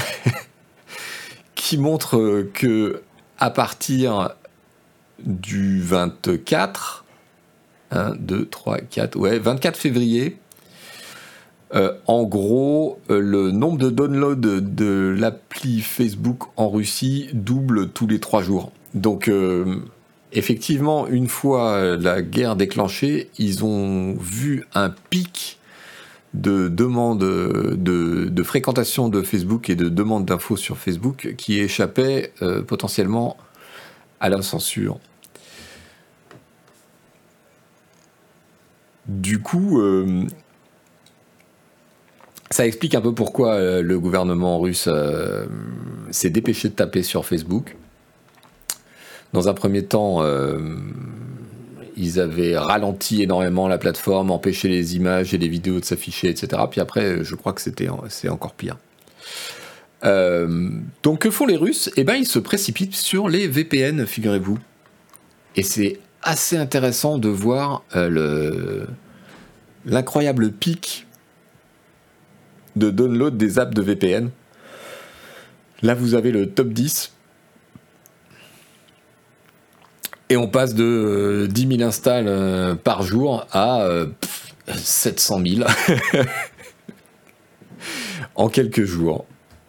qui montre euh, que à partir du vingt-quatre, un, deux, trois, quatre, ouais, vingt-quatre février, Euh, en gros, euh, le nombre de downloads de l'appli Facebook en Russie double tous les trois jours. Donc, euh, effectivement, une fois la guerre déclenchée, ils ont vu un pic de demandes, de, de fréquentation de Facebook et de demandes d'infos sur Facebook qui échappaient euh, potentiellement à la censure. Du coup... Euh, Ça explique un peu pourquoi euh, le gouvernement russe euh, s'est dépêché de taper sur Facebook. Dans un premier temps, euh, ils avaient ralenti énormément la plateforme, empêché les images et les vidéos de s'afficher, et cetera. Puis après, je crois que c'était, c'est encore pire. Euh, donc que font les Russes ? Eh ben, ils se précipitent sur les V P N, figurez-vous. Et c'est assez intéressant de voir euh, le, l'incroyable pic de download des apps de V P N. Là, vous avez le top dix. Et on passe de euh, dix mille installs euh, par jour à euh, pff, sept cent mille en quelques jours.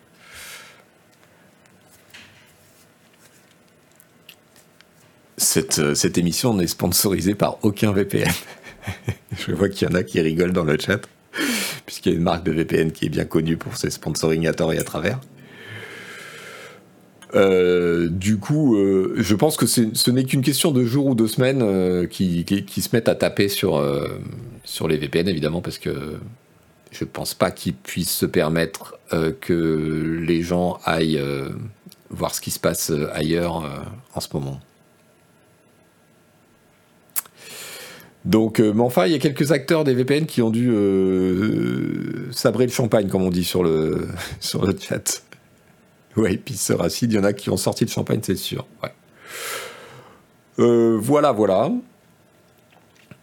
Cette, cette émission n'est sponsorisée par aucun V P N. Je vois qu'il y en a qui rigolent dans le chat, puisqu'il y a une marque de V P N qui est bien connue pour ses sponsoring à tort et à travers. Euh, du coup, euh, je pense que c'est, ce n'est qu'une question de jours ou de semaines euh, qui, qui, qui se mettent à taper sur, euh, sur les V P N, évidemment, parce que je pense pas qu'ils puissent se permettre euh, que les gens aillent euh, voir ce qui se passe ailleurs euh, en ce moment. Donc, euh, mais enfin, il y a quelques acteurs des V P N qui ont dû euh, sabrer le champagne, comme on dit sur le, sur le chat. Ouais, puis ce racide, il y en a qui ont sorti le champagne, c'est sûr. Ouais. Euh, voilà, voilà.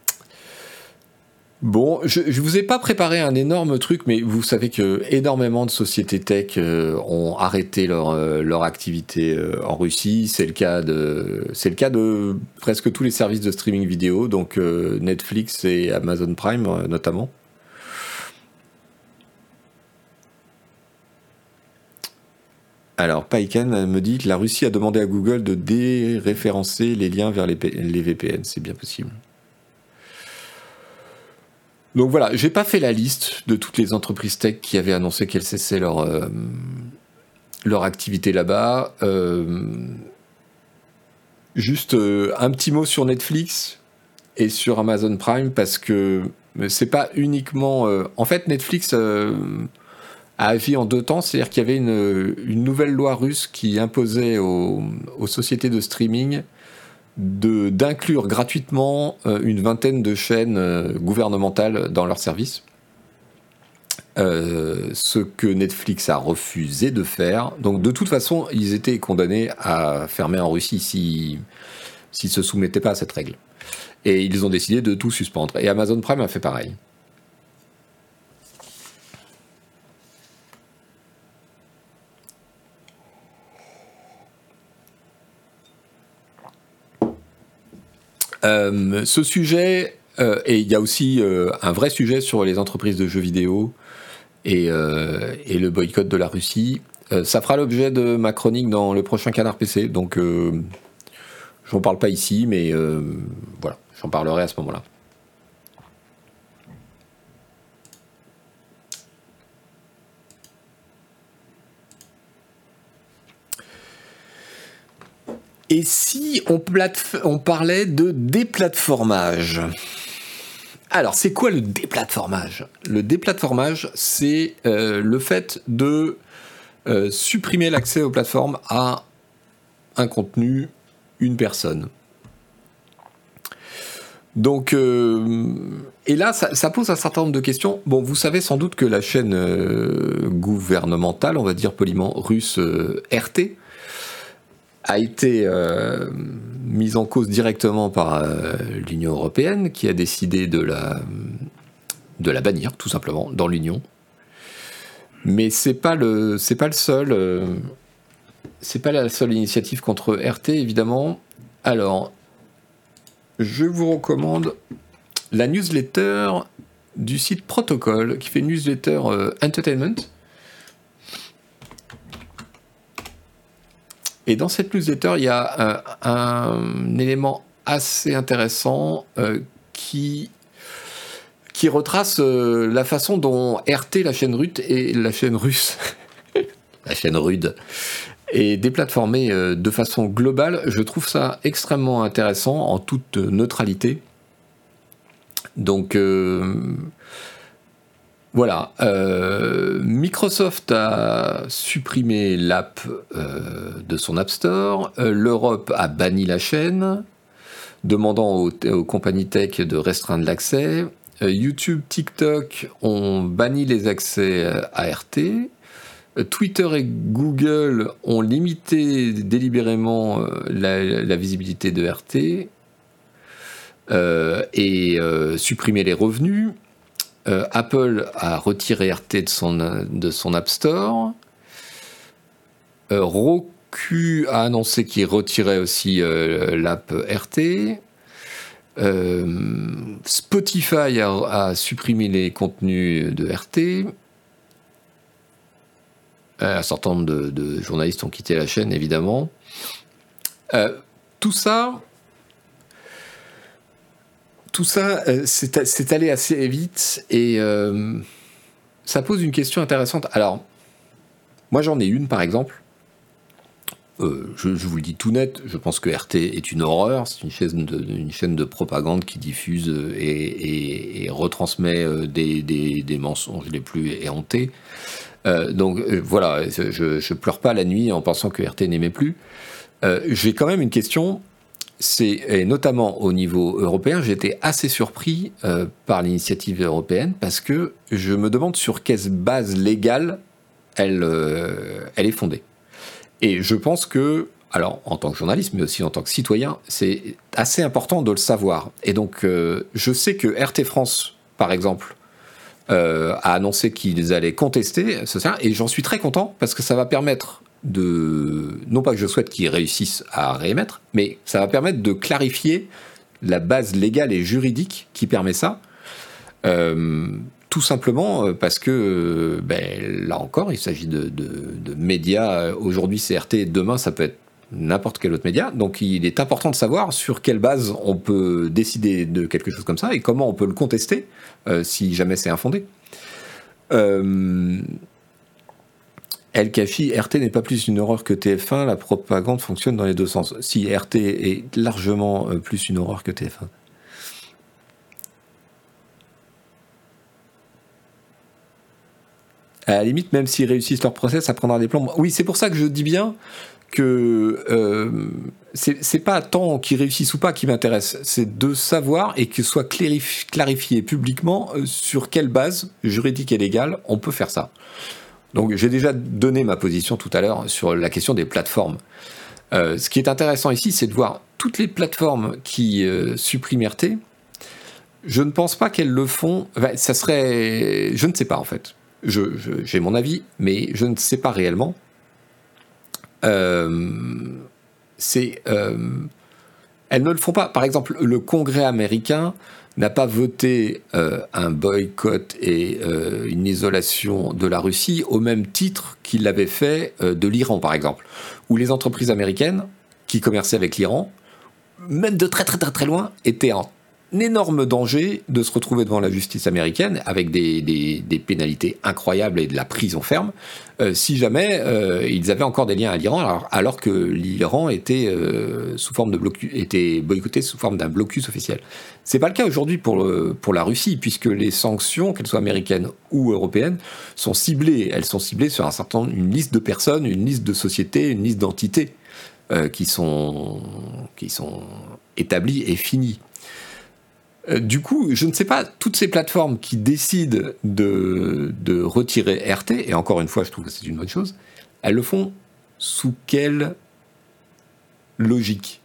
Bon, je, je vous ai pas préparé un énorme truc, mais vous savez que énormément de sociétés tech euh, ont arrêté leur, euh, leur activité euh, en Russie. C'est le cas de, c'est le cas de presque tous les services de streaming vidéo, donc euh, Netflix et Amazon Prime euh, notamment. Alors, Paikan me dit que la Russie a demandé à Google de déréférencer les liens vers les, P- les V P N. C'est bien possible. Donc voilà, j'ai pas fait la liste de toutes les entreprises tech qui avaient annoncé qu'elles cessaient leur, euh, leur activité là-bas. Euh, juste euh, un petit mot sur Netflix et sur Amazon Prime parce que c'est pas uniquement. Euh, en fait, Netflix euh, a agi en deux temps, c'est-à-dire qu'il y avait une, une nouvelle loi russe qui imposait aux, aux sociétés de streaming de, d'inclure gratuitement euh, une vingtaine de chaînes euh, gouvernementales dans leur service. Euh, ce que Netflix a refusé de faire. Donc de toute façon, ils étaient condamnés à fermer en Russie s'ils s'ils se soumettaient pas à cette règle. Et ils ont décidé de tout suspendre. Et Amazon Prime a fait pareil. Euh, ce sujet, euh, et il y a aussi euh, un vrai sujet sur les entreprises de jeux vidéo et, euh, et le boycott de la Russie. Euh, ça fera l'objet de ma chronique dans le prochain Canard P C, donc euh, j'en parle pas ici, mais euh, voilà, j'en parlerai à ce moment-là. Et si on, plate- on parlait de déplatformage? Alors, c'est quoi le déplatformage? Le déplatformage, c'est euh, le fait de euh, supprimer l'accès aux plateformes à un contenu, une personne. Donc, euh, et là, ça, ça pose un certain nombre de questions. Bon, vous savez sans doute que la chaîne euh, gouvernementale, on va dire poliment russe, euh, R T, a été euh, mise en cause directement par euh, l'Union européenne, qui a décidé de la, de la bannir, tout simplement, dans l'Union. Mais c'est pas le, c'est pas le seul, euh, c'est pas la seule initiative contre R T, évidemment. Alors, je vous recommande la newsletter du site Protocol, qui fait une newsletter euh, entertainment. Et dans cette newsletter, il y a un, un élément assez intéressant euh, qui, qui retrace euh, la façon dont R T, la chaîne russe, et la chaîne russe, la chaîne rude, est déplatformée euh, de façon globale. Je trouve ça extrêmement intéressant en toute neutralité. Donc euh, voilà, euh, Microsoft a supprimé l'app euh, de son App Store, euh, l'Europe a banni la chaîne, demandant aux, aux compagnies tech de restreindre l'accès, euh, YouTube, TikTok ont banni les accès à R T, euh, Twitter et Google ont limité délibérément euh, la, la visibilité de R T euh, et euh, supprimé les revenus. Euh, Apple a retiré R T de son, de son App Store. Euh, Roku a annoncé qu'il retirait aussi euh, l'app R T. Euh, Spotify a, a supprimé les contenus de R T. Euh, un certain nombre de, de journalistes ont quitté la chaîne, évidemment. Euh, tout ça... Tout ça, euh, c'est, c'est allé assez vite et euh, ça pose une question intéressante. Alors, moi j'en ai une par exemple. Euh, je, je vous le dis tout net, je pense que R T est une horreur. C'est une chaîne de, une chaîne de propagande qui diffuse et, et, et retransmet des, des, des mensonges les plus éhontés. Euh, donc euh, voilà, je, je pleure pas la nuit en pensant que R T n'aimait plus. Euh, j'ai quand même une question. C'est, et notamment au niveau européen, j'ai été assez surpris euh, par l'initiative européenne parce que je me demande sur quelle base légale elle, euh, elle est fondée. Et je pense que, alors en tant que journaliste, mais aussi en tant que citoyen, c'est assez important de le savoir. Et donc, euh, je sais que R T France par exemple, euh, a annoncé qu'ils allaient contester ce ça, et j'en suis très content parce que ça va permettre de, non pas que je souhaite qu'ils réussissent à réémettre, mais ça va permettre de clarifier la base légale et juridique qui permet ça. Euh, tout simplement parce que, ben, là encore, il s'agit de, de, de médias. Aujourd'hui, c'est R T, demain, ça peut être n'importe quel autre média. Donc, il est important de savoir sur quelle base on peut décider de quelque chose comme ça et comment on peut le contester euh, si jamais c'est infondé. Euh, El Kafi, R T n'est pas plus une horreur que T F un, la propagande fonctionne dans les deux sens. Si, R T est largement plus une horreur que T F un. À la limite, même s'ils réussissent leur procès, ça prendra des plombs. Oui, c'est pour ça que je dis bien que euh, c'est, c'est pas tant qu'ils réussissent ou pas qui m'intéresse, c'est de savoir et que soit clarif- clarifié publiquement euh, sur quelle base juridique et légale on peut faire ça. Donc j'ai déjà donné ma position tout à l'heure sur la question des plateformes. Euh, ce qui est intéressant ici, c'est de voir toutes les plateformes qui euh, suppriment R T. Je ne pense pas qu'elles le font. Enfin, ça serait, je ne sais pas en fait. Je, je, j'ai mon avis, mais je ne sais pas réellement. Euh, c'est, euh, elles ne le font pas. Par exemple, le Congrès américain n'a pas voté euh, un boycott et euh, une isolation de la Russie au même titre qu'il l'avait fait euh, de l'Iran, par exemple, où les entreprises américaines qui commerçaient avec l'Iran, même de très très très très loin, étaient en énorme danger de se retrouver devant la justice américaine avec des, des, des pénalités incroyables et de la prison ferme euh, si jamais euh, ils avaient encore des liens à l'Iran alors, alors que l'Iran était, euh, sous forme de blocus, était boycotté sous forme d'un blocus officiel. C'est pas le cas aujourd'hui pour, le, pour la Russie puisque les sanctions, qu'elles soient américaines ou européennes, sont ciblées. Elles sont ciblées sur un certain, une liste de personnes, une liste de sociétés, une liste d'entités euh, qui sont, qui sont établies et finies. Du coup, je ne sais pas, toutes ces plateformes qui décident de, de retirer R T, et encore une fois, je trouve que c'est une bonne chose, elles le font sous quelle logique ?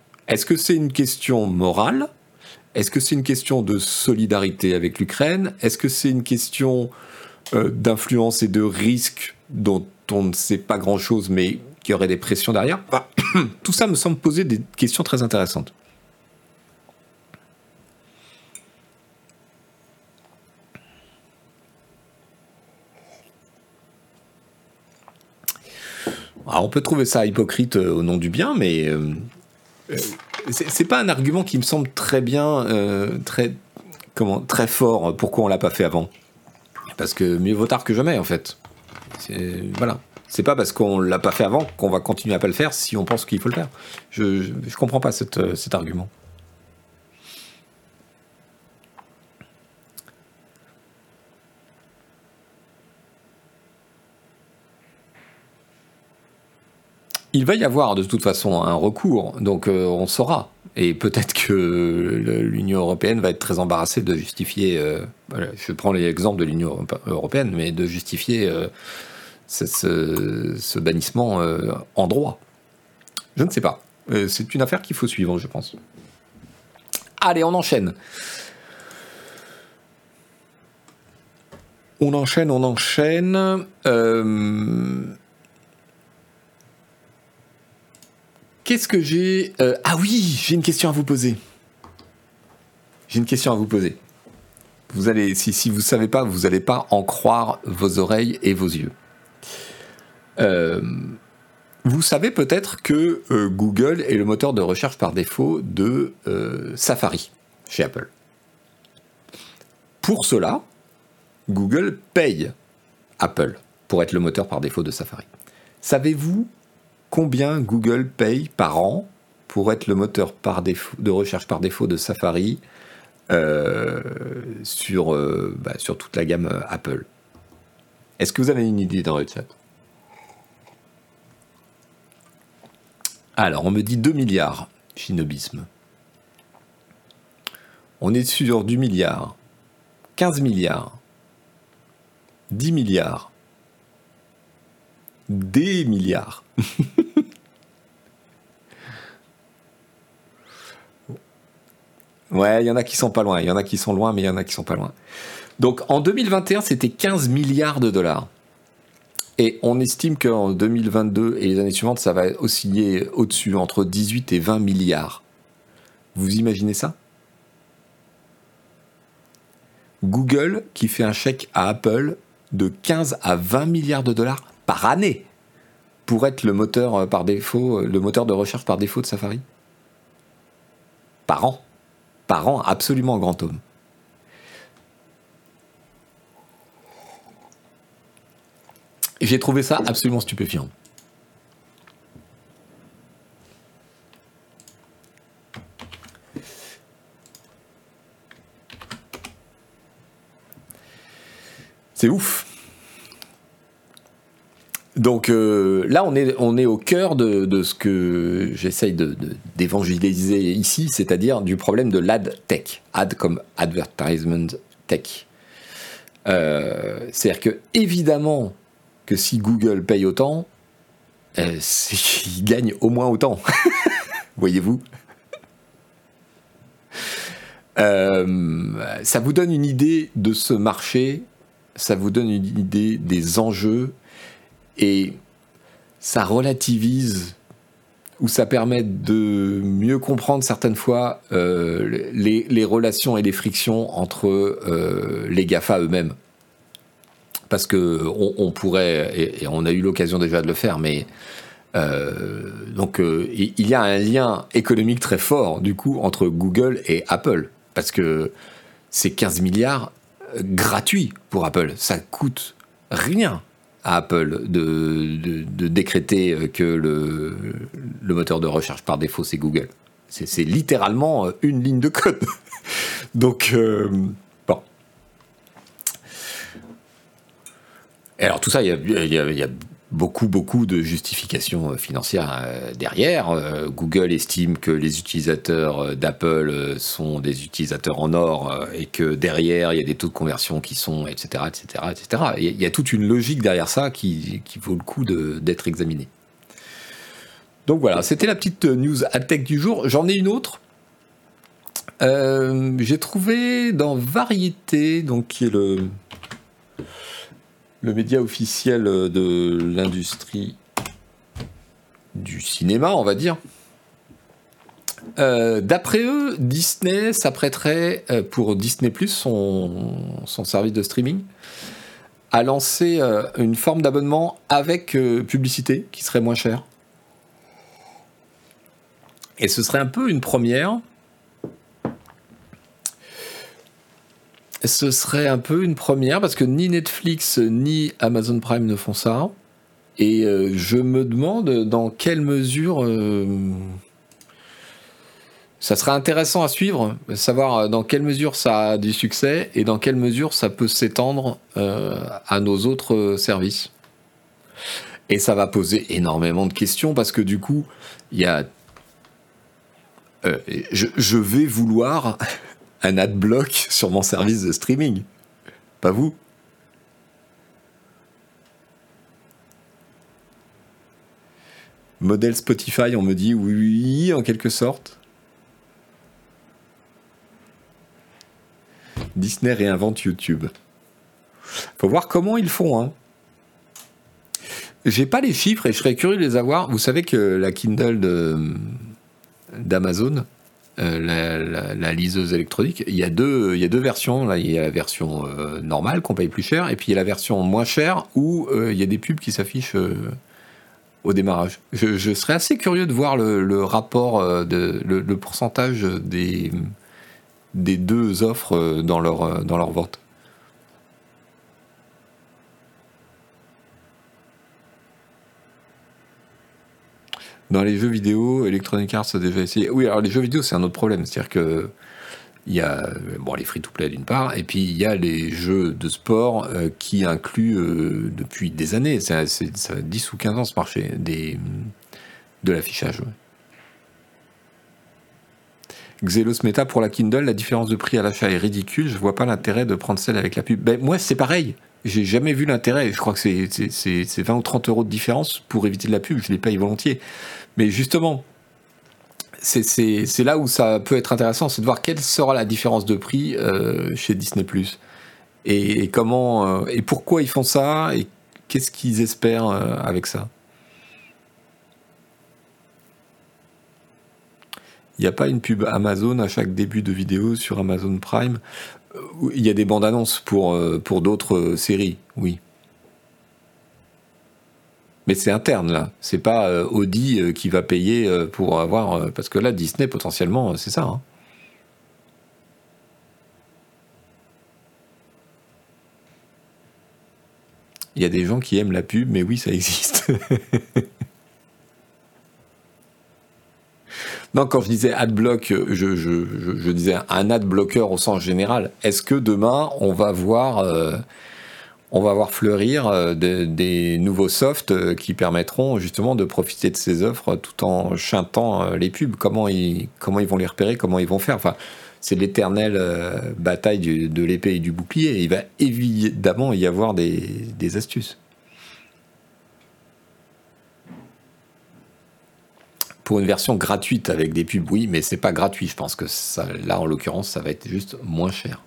Est-ce que c'est une question morale ? Est-ce que c'est une question de solidarité avec l'Ukraine ? Est-ce que c'est une question euh, d'influence et de risque dont on ne sait pas grand-chose, mais qui aurait des pressions derrière ? Enfin, tout ça me semble poser des questions très intéressantes. Alors on peut trouver ça hypocrite euh, au nom du bien, mais euh, euh, c'est, c'est pas un argument qui me semble très bien, euh, très, comment, très fort. Pourquoi on l'a pas fait avant ? Parce que mieux vaut tard que jamais, en fait. C'est, voilà. C'est pas parce qu'on l'a pas fait avant qu'on va continuer à pas le faire si on pense qu'il faut le faire. Je, je, je comprends pas cette, cet argument. Il va y avoir de toute façon un recours, donc euh, on saura. Et peut-être que l'Union européenne va être très embarrassée de justifier, euh, voilà, je prends l'exemple de l'Union européenne, mais de justifier euh, ce, ce, ce bannissement euh, en droit. Je ne sais pas. Euh, c'est une affaire qu'il faut suivre, je pense. Allez, on enchaîne. On enchaîne, on enchaîne. Euh... Qu'est-ce que j'ai euh, Ah oui, j'ai une question à vous poser. J'ai une question à vous poser. Vous allez, si, si vous ne savez pas, vous n'allez pas en croire vos oreilles et vos yeux. Euh, vous savez peut-être que euh, Google est le moteur de recherche par défaut de euh, Safari chez Apple. Pour cela, Google paye Apple pour être le moteur par défaut de Safari. Savez-vous combien Google paye par an pour être le moteur par défaut, de recherche par défaut de Safari euh, sur, euh, bah, sur toute la gamme euh, Apple ? Est-ce que vous avez une idée dans le chat ? Alors, on me dit deux milliards, Shinobisme. On est sur du milliard, quinze milliards, dix milliards, des milliards. Ouais, il y en a qui sont pas loin. Il y en a qui sont loin, mais il y en a qui sont pas loin. Donc en deux mille vingt et un, c'était quinze milliards de dollars. Et on estime qu'en deux mille vingt-deux et les années suivantes, ça va osciller au-dessus, entre dix-huit et vingt milliards. Vous imaginez ça ? Google qui fait un chèque à Apple de quinze à vingt milliards de dollars par année pour être le moteur par défaut, le moteur de recherche par défaut de Safari. Par an. Par an, absolument en grand tome. J'ai trouvé ça absolument stupéfiant. C'est ouf. Donc euh, là, on est, on est au cœur de, de ce que j'essaye de, de, d'évangéliser ici, c'est-à-dire du problème de l'ad tech. Ad comme advertisement tech. Euh, c'est-à-dire que, évidemment, que si Google paye autant, euh, c'est qu'il gagne au moins autant. Voyez-vous ? euh, Ça vous donne une idée de ce marché, ça vous donne une idée des enjeux, et ça relativise, ou ça permet de mieux comprendre certaines fois euh, les, les relations et les frictions entre euh, les GAFA eux-mêmes. Parce qu'on on pourrait, et, et on a eu l'occasion déjà de le faire, mais euh, donc euh, il y a un lien économique très fort du coup entre Google et Apple, parce que c'est quinze milliards gratuits pour Apple, ça coûte rien à Apple de, de, de décréter que le, le moteur de recherche par défaut c'est Google. C'est, c'est littéralement une ligne de code. Donc euh, bon. Et alors tout ça, il y a, il y a, il y a beaucoup, beaucoup de justifications financières derrière. Google estime que les utilisateurs d'Apple sont des utilisateurs en or et que derrière, il y a des taux de conversion qui sont, et cetera, et cetera, et cetera. Il y a toute une logique derrière ça qui, qui vaut le coup de, d'être examinée. Donc voilà, c'était la petite news AdTech du jour. J'en ai une autre. Euh, j'ai trouvé dans Variété, donc qui est le... le média officiel de l'industrie du cinéma, on va dire. Euh, d'après eux, Disney s'apprêterait, euh, pour Disney plus, son, son service de streaming, à lancer euh, une forme d'abonnement avec euh, publicité qui serait moins chère. Et ce serait un peu une première. Ce serait un peu une première parce que ni Netflix ni Amazon Prime ne font ça. Et euh, je me demande dans quelle mesure euh, ça serait intéressant à suivre, savoir dans quelle mesure ça a du succès et dans quelle mesure ça peut s'étendre euh, à nos autres services. Et ça va poser énormément de questions parce que du coup, il y a... Euh, je, je vais vouloir... un adblock sur mon service de streaming. Pas vous ? Modèle Spotify, on me dit oui, en quelque sorte. Disney réinvente YouTube. Faut voir comment ils font, hein. J'ai pas les chiffres et je serais curieux de les avoir. Vous savez que la Kindle de, d'Amazon... Euh, la, la, la liseuse électronique, il y a deux, il y a deux versions. Là, il y a la version euh, normale qu'on paye plus cher, et puis il y a la version moins chère où euh, il y a des pubs qui s'affichent euh, au démarrage. Je, je serais assez curieux de voir le, le rapport, euh, de, le, le pourcentage des, des deux offres dans leur, dans leur vente. Dans les jeux vidéo, Electronic Arts a déjà essayé. Oui, alors les jeux vidéo, c'est un autre problème. C'est-à-dire que il y a bon, les free-to-play d'une part, et puis il y a les jeux de sport euh, qui incluent euh, depuis des années, c'est, c'est, ça a dix ou quinze ans ce marché, des, de l'affichage. Ouais. Xelos Meta pour la Kindle, la différence de prix à l'achat est ridicule, je vois pas l'intérêt de prendre celle avec la pub. Ben, moi, c'est pareil. J'ai jamais vu l'intérêt. Je crois que c'est, c'est, c'est, c'est vingt ou trente euros de différence pour éviter de la pub. Je les paye volontiers. Mais justement, c'est, c'est, c'est là où ça peut être intéressant, c'est de voir quelle sera la différence de prix euh, chez Disney+. Et, et comment euh, et pourquoi ils font ça et qu'est-ce qu'ils espèrent euh, avec ça. Il n'y a pas une pub Amazon à chaque début de vidéo sur Amazon Prime. Il y a des bandes annonces pour, euh, pour d'autres euh, séries, oui. Mais c'est interne là, c'est pas euh, Audi euh, qui va payer euh, pour avoir... Euh, parce que là, Disney, potentiellement, euh, c'est ça. Hein. Il y a des gens qui aiment la pub, mais oui, ça existe. Non, quand je disais adblock, je, je, je, je disais un adblocker au sens général. Est-ce que demain, on va voir, euh, on va voir fleurir euh, de, des nouveaux softs euh, qui permettront justement de profiter de ces offres tout en chantant euh, les pubs? Comment ils, comment ils vont les repérer? Comment ils vont faire? Enfin, c'est l'éternelle euh, bataille du, de l'épée et du bouclier. Il va évidemment y avoir des, des astuces. Pour une version gratuite avec des pubs, oui, mais c'est pas gratuit. Je pense que ça, là, en l'occurrence, ça va être juste moins cher.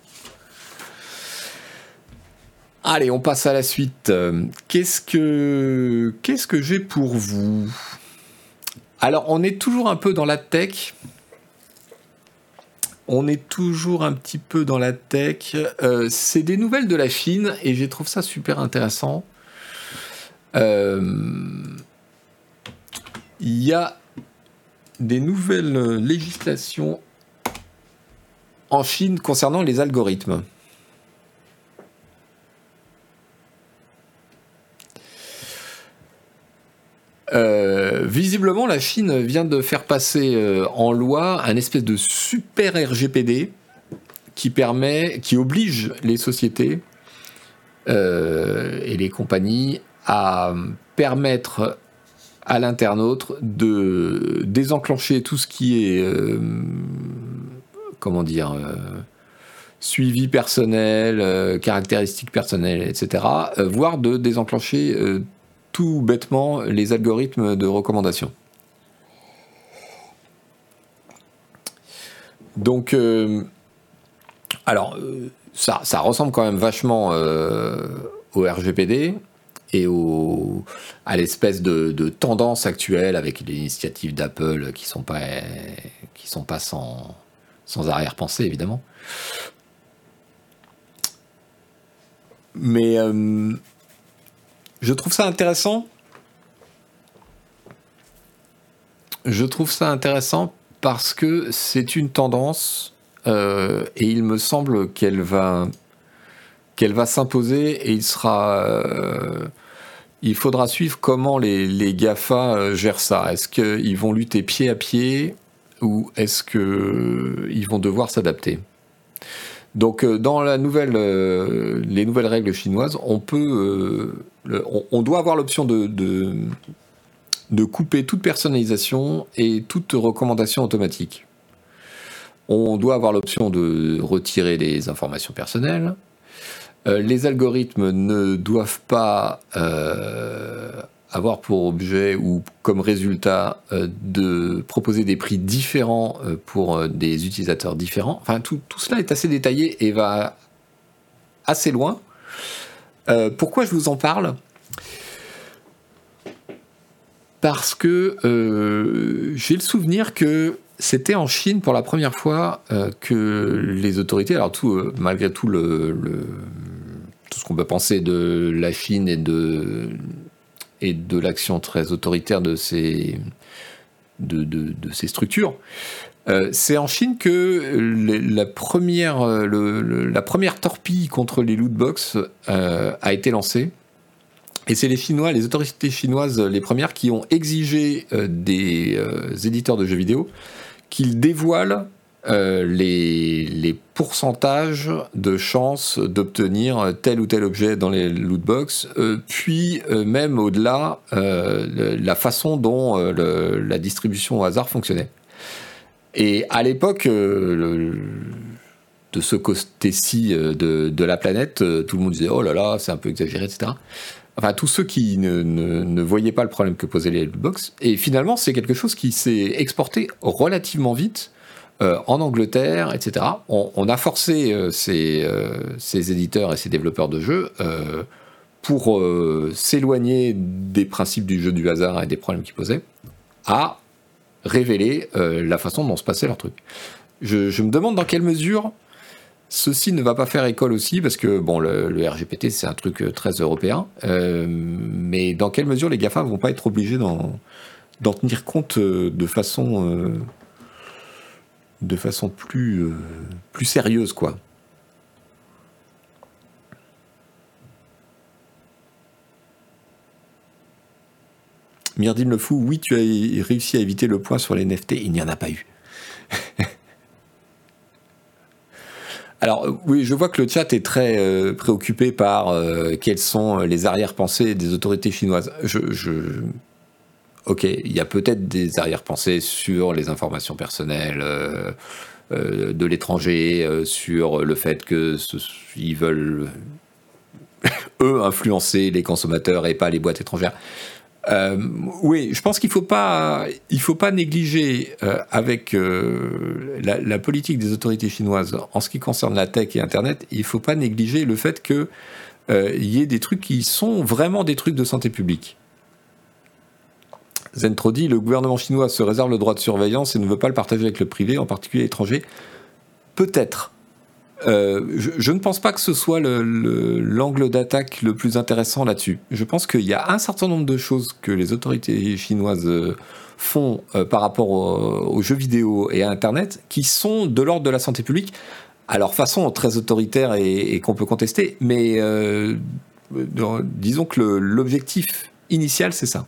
Allez, on passe à la suite. Qu'est-ce que, qu'est-ce que j'ai pour vous? Alors, on est toujours un peu dans la tech. On est toujours un petit peu dans la tech. Euh, c'est des nouvelles de la Chine et je trouve ça super intéressant. Euh, Il y a des nouvelles législations en Chine concernant les algorithmes. Euh, visiblement, la Chine vient de faire passer euh, en loi un espèce de super R G P D qui permet, qui oblige les sociétés euh, et les compagnies à permettre à l'internaute de désenclencher tout ce qui est euh, comment dire euh, suivi personnel, euh, caractéristiques personnelles, et cetera, euh, voire de désenclencher euh, tout bêtement les algorithmes de recommandation. Donc, euh, alors, euh, ça, ça ressemble quand même vachement euh, au R G P D et au, à l'espèce de, de tendance actuelle avec les initiatives d'Apple qui sont pas, qui sont pas sans, sans arrière-pensée, évidemment. Mais euh, je trouve ça intéressant. Je trouve ça intéressant parce que c'est une tendance euh, et il me semble qu'elle va, qu'elle va s'imposer et il sera... Euh, il faudra suivre comment les, les GAFA gèrent ça. Est-ce qu'ils vont lutter pied à pied ou est-ce qu'ils vont devoir s'adapter? Donc, dans la nouvelle, euh, les nouvelles règles chinoises, on peut, euh, le, on, on doit avoir l'option de, de, de couper toute personnalisation et toute recommandation automatique. On doit avoir l'option de retirer les informations personnelles. Euh, les algorithmes ne doivent pas euh, avoir pour objet ou comme résultat euh, de proposer des prix différents euh, pour euh, des utilisateurs différents. Enfin, tout, tout cela est assez détaillé et va assez loin. Euh, pourquoi je vous en parle ? Parce que euh, j'ai le souvenir que c'était en Chine pour la première fois euh, que les autorités, alors tout, euh, malgré tout le, le tout ce qu'on peut penser de la Chine et de, et de l'action très autoritaire de ces, de, de, de ces structures, euh, c'est en Chine que le, la, première, le, le, la première torpille contre les lootbox euh, a été lancée. Et c'est les Chinois, les autorités chinoises, les premières, qui ont exigé euh, des euh, éditeurs de jeux vidéo qu'ils dévoilent Euh, les, les pourcentages de chances d'obtenir tel ou tel objet dans les lootbox, euh, puis euh, même au-delà, euh, le, la façon dont euh, le, la distribution au hasard fonctionnait. Et à l'époque, euh, le, de ce côté-ci de, de la planète, tout le monde disait « Oh là là, c'est un peu exagéré, et cetera » enfin tous ceux qui ne, ne, ne voyaient pas le problème que posaient les lootbox. Et finalement, c'est quelque chose qui s'est exporté relativement vite euh, en Angleterre, et cetera. On, on a forcé euh, ces, euh, ces éditeurs et ces développeurs de jeux euh, pour euh, s'éloigner des principes du jeu du hasard et des problèmes qu'ils posaient, à révéler euh, la façon dont se passait leur truc. Je, je me demande dans quelle mesure ceci ne va pas faire école aussi, parce que bon, le, le R G P D c'est un truc très européen, euh, mais dans quelle mesure les GAFA vont pas être obligés d'en, d'en tenir compte de façon, euh, de façon plus, euh, plus sérieuse, quoi. Myrdine le Fou, oui, tu as réussi à éviter le point sur les N F T, il n'y en a pas eu. Alors oui, je vois que le chat est très euh, préoccupé par euh, quelles sont les arrière-pensées des autorités chinoises. Je, je... Ok, il y a peut-être des arrière-pensées sur les informations personnelles euh, euh, de l'étranger, euh, sur le fait que ce, ils veulent eux influencer les consommateurs et pas les boîtes étrangères. Euh, oui, je pense qu'il faut pas, il faut pas négliger euh, avec euh, la, la politique des autorités chinoises en ce qui concerne la tech et Internet. Il faut pas négliger le fait que euh, y ait des trucs qui sont vraiment des trucs de santé publique. Zentro dit, le gouvernement chinois se réserve le droit de surveillance et ne veut pas le partager avec le privé, en particulier étranger. Peut-être. Euh, je, je ne pense pas que ce soit le, le, l'angle d'attaque le plus intéressant là-dessus. Je pense qu'il y a un certain nombre de choses que les autorités chinoises font euh, par rapport au, aux jeux vidéo et à Internet qui sont de l'ordre de la santé publique, à leur façon très autoritaire et, et qu'on peut contester, mais euh, disons que le, l'objectif initial, c'est ça.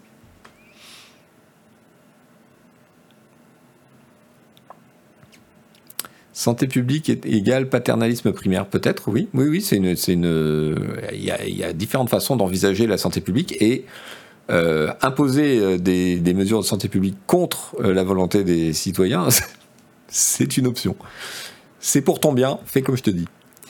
Santé publique est égale paternalisme primaire, peut-être, oui. Oui, oui, c'est une, c'est une. Il y a, il y a différentes façons d'envisager la santé publique et euh, imposer des, des mesures de santé publique contre la volonté des citoyens, c'est une option. C'est pour ton bien, fais comme je te dis.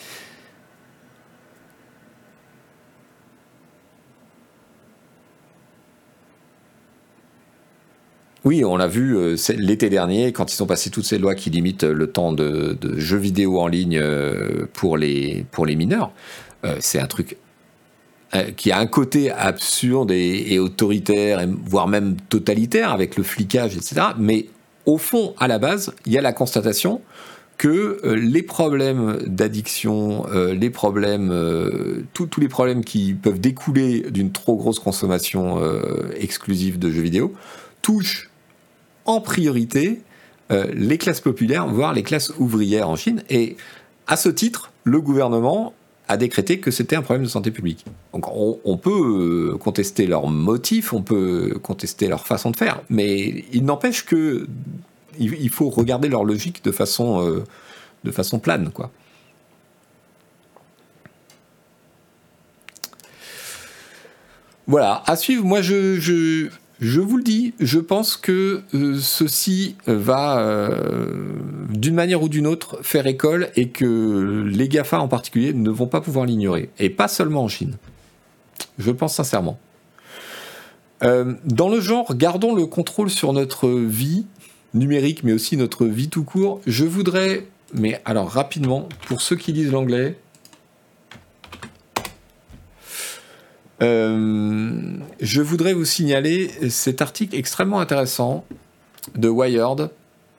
Oui, on l'a vu euh, l'été dernier, quand ils ont passé toutes ces lois qui limitent le temps de, de jeux vidéo en ligne euh, pour, les, pour les mineurs. Euh, c'est un truc euh, qui a un côté absurde et, et autoritaire, et, voire même totalitaire, avec le flicage, et cetera. Mais au fond, à la base, il y a la constatation que euh, les problèmes d'addiction, euh, les problèmes, euh, tous les problèmes qui peuvent découler d'une trop grosse consommation euh, exclusive de jeux vidéo touchent en priorité euh, les classes populaires, voire les classes ouvrières en Chine. Et à ce titre, le gouvernement a décrété que c'était un problème de santé publique. Donc on, on peut contester leurs motifs, on peut contester leur façon de faire, mais il n'empêche que il, il faut regarder leur logique de façon, euh, de façon plane, quoi. Voilà, à suivre. Moi, je... je Je vous le dis, je pense que euh, ceci va, euh, d'une manière ou d'une autre, faire école et que les GAFA en particulier ne vont pas pouvoir l'ignorer. Et pas seulement en Chine. Je pense sincèrement. Euh, dans le genre, gardons le contrôle sur notre vie numérique, mais aussi notre vie tout court. Je voudrais, mais alors rapidement, pour ceux qui lisent l'anglais... Euh, je voudrais vous signaler cet article extrêmement intéressant de Wired,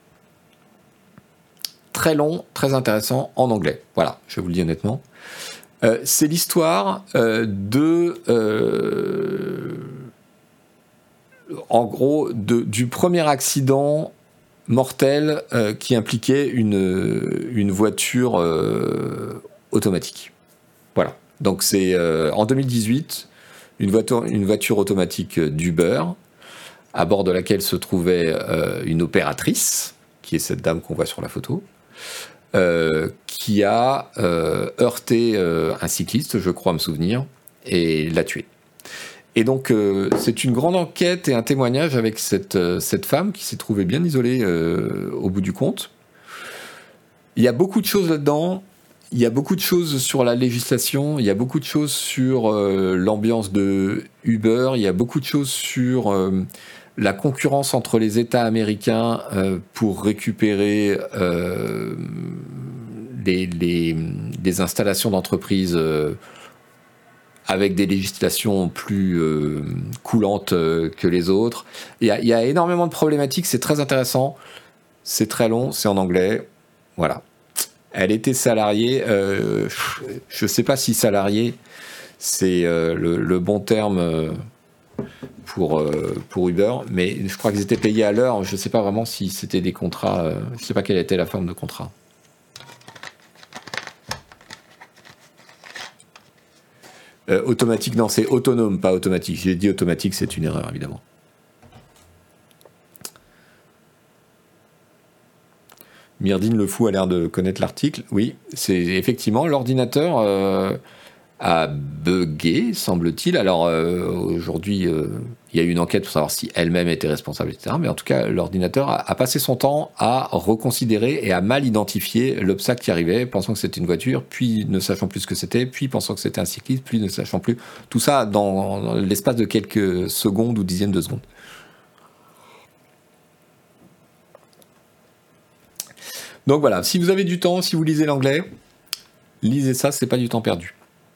très long, très intéressant, en anglais. Voilà, je vous le dis honnêtement. Euh, c'est l'histoire euh, de, euh, en gros, de, du premier accident mortel euh, qui impliquait une, une voiture euh, automatique. Voilà. Donc c'est euh, en deux mille dix-huit, une voiture, une voiture automatique d'Uber, à bord de laquelle se trouvait euh, une opératrice, qui est cette dame qu'on voit sur la photo, euh, qui a euh, heurté euh, un cycliste, je crois me souvenir, et l'a tué. Et donc euh, c'est une grande enquête et un témoignage avec cette, euh, cette femme qui s'est trouvée bien isolée euh, au bout du compte. Il y a beaucoup de choses là-dedans. il y a beaucoup de choses sur la législation, il y a beaucoup de choses sur euh, l'ambiance de Uber, il y a beaucoup de choses sur euh, la concurrence entre les États américains euh, pour récupérer euh, les, les, les installations d'entreprises euh, avec des législations plus euh, coulantes euh, que les autres. Il y a, il y a énormément de problématiques, c'est très intéressant, c'est très long, c'est en anglais, voilà. Elle était salariée, euh, je ne sais pas si salariée, c'est euh, le, le bon terme euh, pour, euh, pour Uber, mais je crois qu'ils étaient payés à l'heure, je ne sais pas vraiment si c'était des contrats, euh, je ne sais pas quelle était la forme de contrat. Euh, automatique, non, c'est autonome, pas automatique. J'ai dit automatique, c'est une erreur, évidemment. Myrdine le fou a l'air de connaître l'article. Oui, c'est effectivement l'ordinateur euh, a bugué, semble-t-il. Alors euh, aujourd'hui, euh, il y a eu une enquête pour savoir si elle-même était responsable, et cetera. Mais en tout cas, l'ordinateur a, a passé son temps à reconsidérer et à mal identifier l'obstacle qui arrivait, pensant que c'était une voiture, puis ne sachant plus ce que c'était, puis pensant que c'était un cycliste, puis ne sachant plus. Tout ça dans, dans l'espace de quelques secondes ou dizaines de secondes. Donc voilà, si vous avez du temps, si vous lisez l'anglais, lisez ça, c'est pas du temps perdu.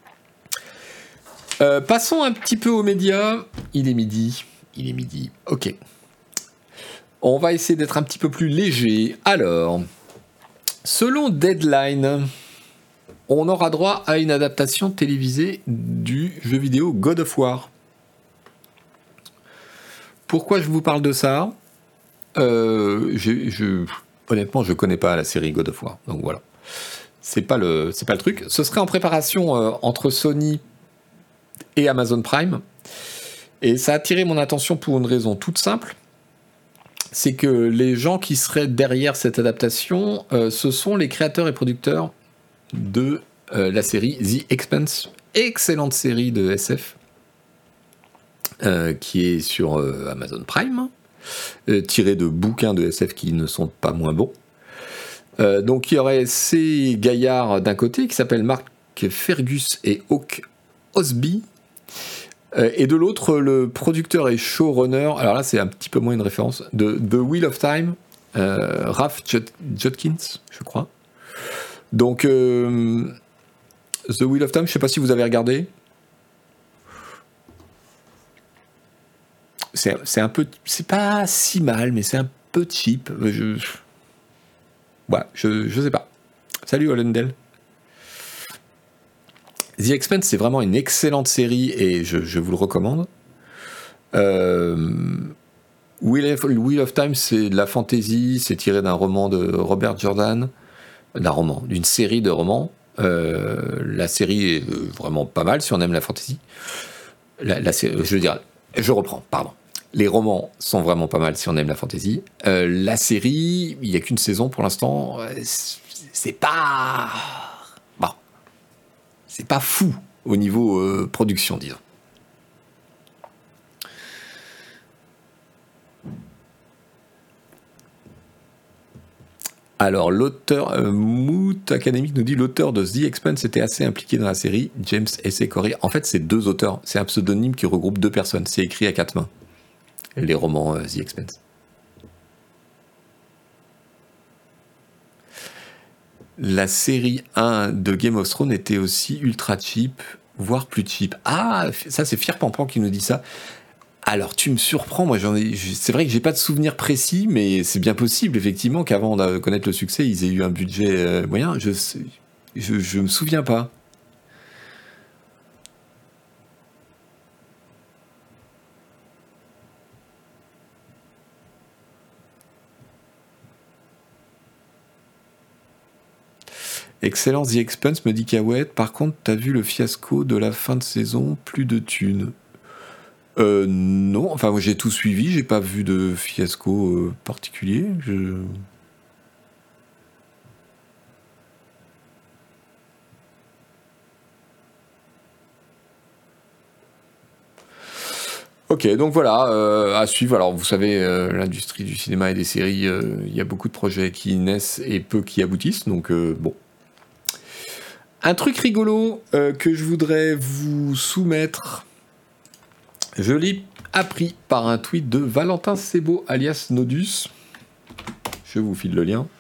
Euh, passons un petit peu aux médias. Il est midi, il est midi, ok. On va essayer d'être un petit peu plus léger. Alors, selon Deadline, on aura droit à une adaptation télévisée du jeu vidéo God of War. Pourquoi je vous parle de ça ? euh, je... je... Honnêtement, je connais pas la série God of War, donc voilà. C'est pas le, c'est pas le truc. Ce serait en préparation euh, entre Sony et Amazon Prime, et ça a attiré mon attention pour une raison toute simple. C'est que les gens qui seraient derrière cette adaptation, euh, ce sont les créateurs et producteurs de euh, la série The Expanse, excellente série de S F, euh, qui est sur euh, Amazon Prime. Euh, tiré de bouquins de S F qui ne sont pas moins bons. Euh, donc il y aurait ces gaillards d'un côté qui s'appellent Mark Fergus et Hawk Osby, euh, et de l'autre le producteur et showrunner, alors là c'est un petit peu moins une référence, de The Wheel of Time, euh, Raph Judkins, je crois. Donc euh, The Wheel of Time, je ne sais pas si vous avez regardé. C'est, c'est un peu, c'est pas si mal, mais c'est un peu cheap. Je, ouais, je, je sais pas. Salut Hollendale. The Expanse, c'est vraiment une excellente série et je, je vous le recommande. Euh, Wheel of, Wheel of Time, c'est de la fantasy, c'est tiré d'un roman de Robert Jordan, d'un roman, d'une série de romans. Euh, la série est vraiment pas mal si on aime la fantasy. La, la, je veux dire, je reprends, pardon. Les romans sont vraiment pas mal si on aime la fantasy. Euh, la série, il n'y a qu'une saison pour l'instant. C'est pas... Bon. C'est pas fou au niveau euh, production, disons. Alors, l'auteur... Euh, Moot Academic nous dit l'auteur de The Expanse était assez impliqué dans la série, James S. Corey. En fait, c'est deux auteurs. C'est un pseudonyme qui regroupe deux personnes. C'est écrit à quatre mains. Les romans euh, The Expanse. La série un de Game of Thrones était aussi ultra cheap, voire plus cheap. Ah, ça c'est Fier Pampan qui nous dit ça. Alors tu me surprends, moi j'en ai, c'est vrai que j'ai pas de souvenir précis, mais c'est bien possible effectivement qu'avant de connaître le succès, ils aient eu un budget euh, moyen. Je, je, je me souviens pas. Excellent The Expanse, me dit Kawet. Par contre, t'as vu le fiasco de la fin de saison, plus de thunes. Euh, non, enfin moi j'ai tout suivi, j'ai pas vu de fiasco euh, particulier. Je... Ok, donc voilà, euh, à suivre. Alors vous savez, euh, l'industrie du cinéma et des séries, il euh, y a beaucoup de projets qui naissent et peu qui aboutissent, donc euh, bon. un truc rigolo euh, que je voudrais vous soumettre, je l'ai appris par un tweet de Valentin Sebo alias Nodus. Je vous file le lien.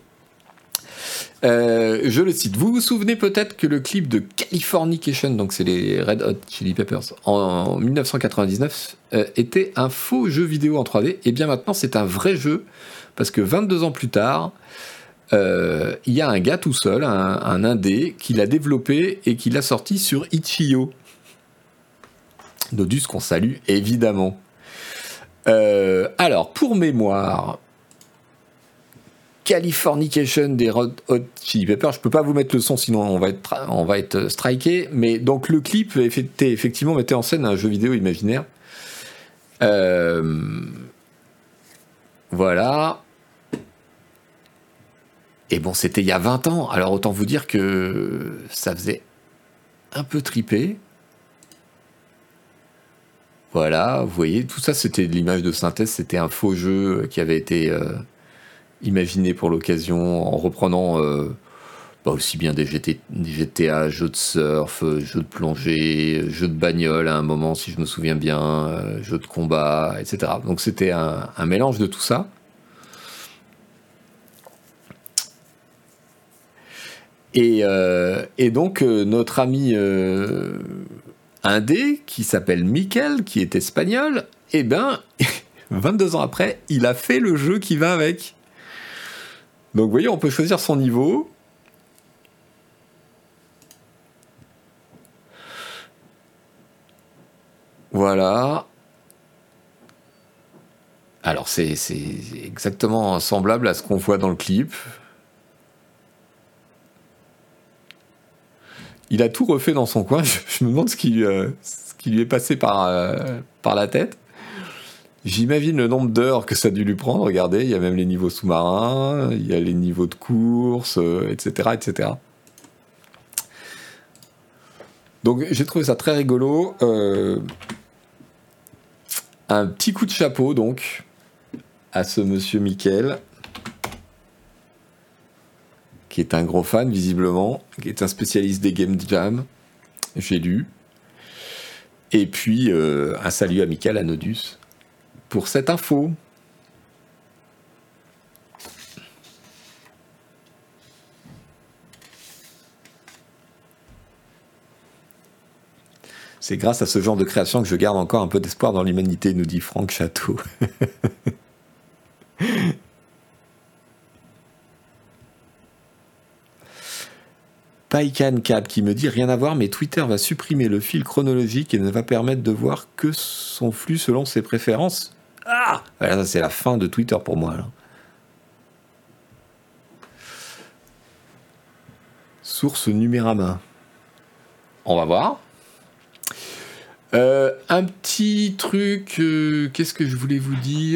Euh, je le cite. Vous vous souvenez peut-être que le clip de Californication, donc c'est les Red Hot Chili Peppers, en, en dix-neuf cent quatre-vingt-dix-neuf, euh, était un faux jeu vidéo en trois D. Et bien maintenant, c'est un vrai jeu, parce que vingt-deux ans plus tard, euh, il y a un gars tout seul, un, un indé, qui l'a développé et qui l'a sorti sur itch point io. Nodus qu'on salue, évidemment. Euh, alors, pour mémoire... Californication des Red Hot Chili Peppers. Je peux pas vous mettre le son, sinon on va être, on va être striké. Mais donc le clip était, effectivement mettait en scène un jeu vidéo imaginaire. Euh, voilà. Et bon, c'était il y a vingt ans. Alors autant vous dire que ça faisait un peu triper. Voilà, vous voyez, tout ça c'était de l'image de synthèse. C'était un faux jeu qui avait été... Euh, imaginé pour l'occasion en reprenant euh, bah aussi bien des, G T, des G T A, jeux de surf, jeux de plongée, jeux de bagnole à un moment si je me souviens bien, euh, jeux de combat, et cetera. Donc c'était un, un mélange de tout ça. Et, euh, et donc euh, notre ami euh, indé qui s'appelle Mikel, qui est espagnol, et ben vingt-deux ans après, il a fait le jeu qui va avec. Donc vous voyez, on peut choisir son niveau. Voilà. Alors c'est, c'est exactement semblable à ce qu'on voit dans le clip. Il a tout refait dans son coin. Je, je me demande ce qui, lui, euh, ce qui lui est passé par, euh, par la tête. J'imagine le nombre d'heures que ça a dû lui prendre. Regardez, il y a même les niveaux sous-marins, il y a les niveaux de course, euh, et cetera, et cetera. Donc j'ai trouvé ça très rigolo. Euh, un petit coup de chapeau donc à ce monsieur Mikel, qui est un gros fan visiblement, qui est un spécialiste des game jam. J'ai lu. Et puis euh, un salut amical à Nodus pour cette info. C'est grâce à ce genre de création que je garde encore un peu d'espoir dans l'humanité, nous dit Franck Château. Paikan Cap qui me dit rien à voir, mais Twitter va supprimer le fil chronologique et ne va permettre de voir que son flux selon ses préférences. Ah, voilà, ça c'est la fin de Twitter pour moi. Là. Source Numérama. On va voir. Euh, un petit truc, euh, qu'est-ce que je voulais vous dire ?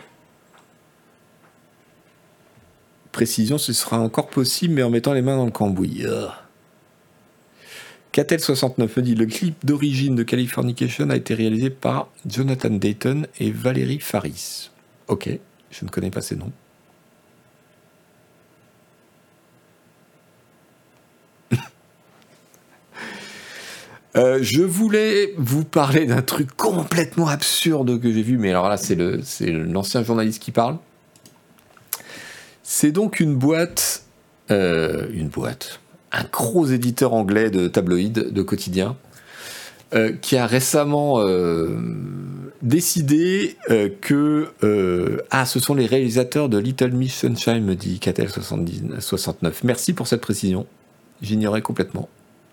Précision, ce sera encore possible, mais en mettant les mains dans le cambouis. Oh. Catel soixante-neuf me dit, le clip d'origine de Californication a été réalisé par Jonathan Dayton et Valérie Faris. Ok, je ne connais pas ces noms. Euh, je voulais vous parler d'un truc complètement absurde que j'ai vu, mais alors là, c'est, le, c'est l'ancien journaliste qui parle. C'est donc une boîte, euh, une boîte, un gros éditeur anglais de tabloïds, de quotidiens, euh, qui a récemment euh, décidé euh, que... Euh, ah, ce sont les réalisateurs de Little Miss Sunshine, me dit Catel soixante-neuf. Merci pour cette précision, j'ignorais complètement.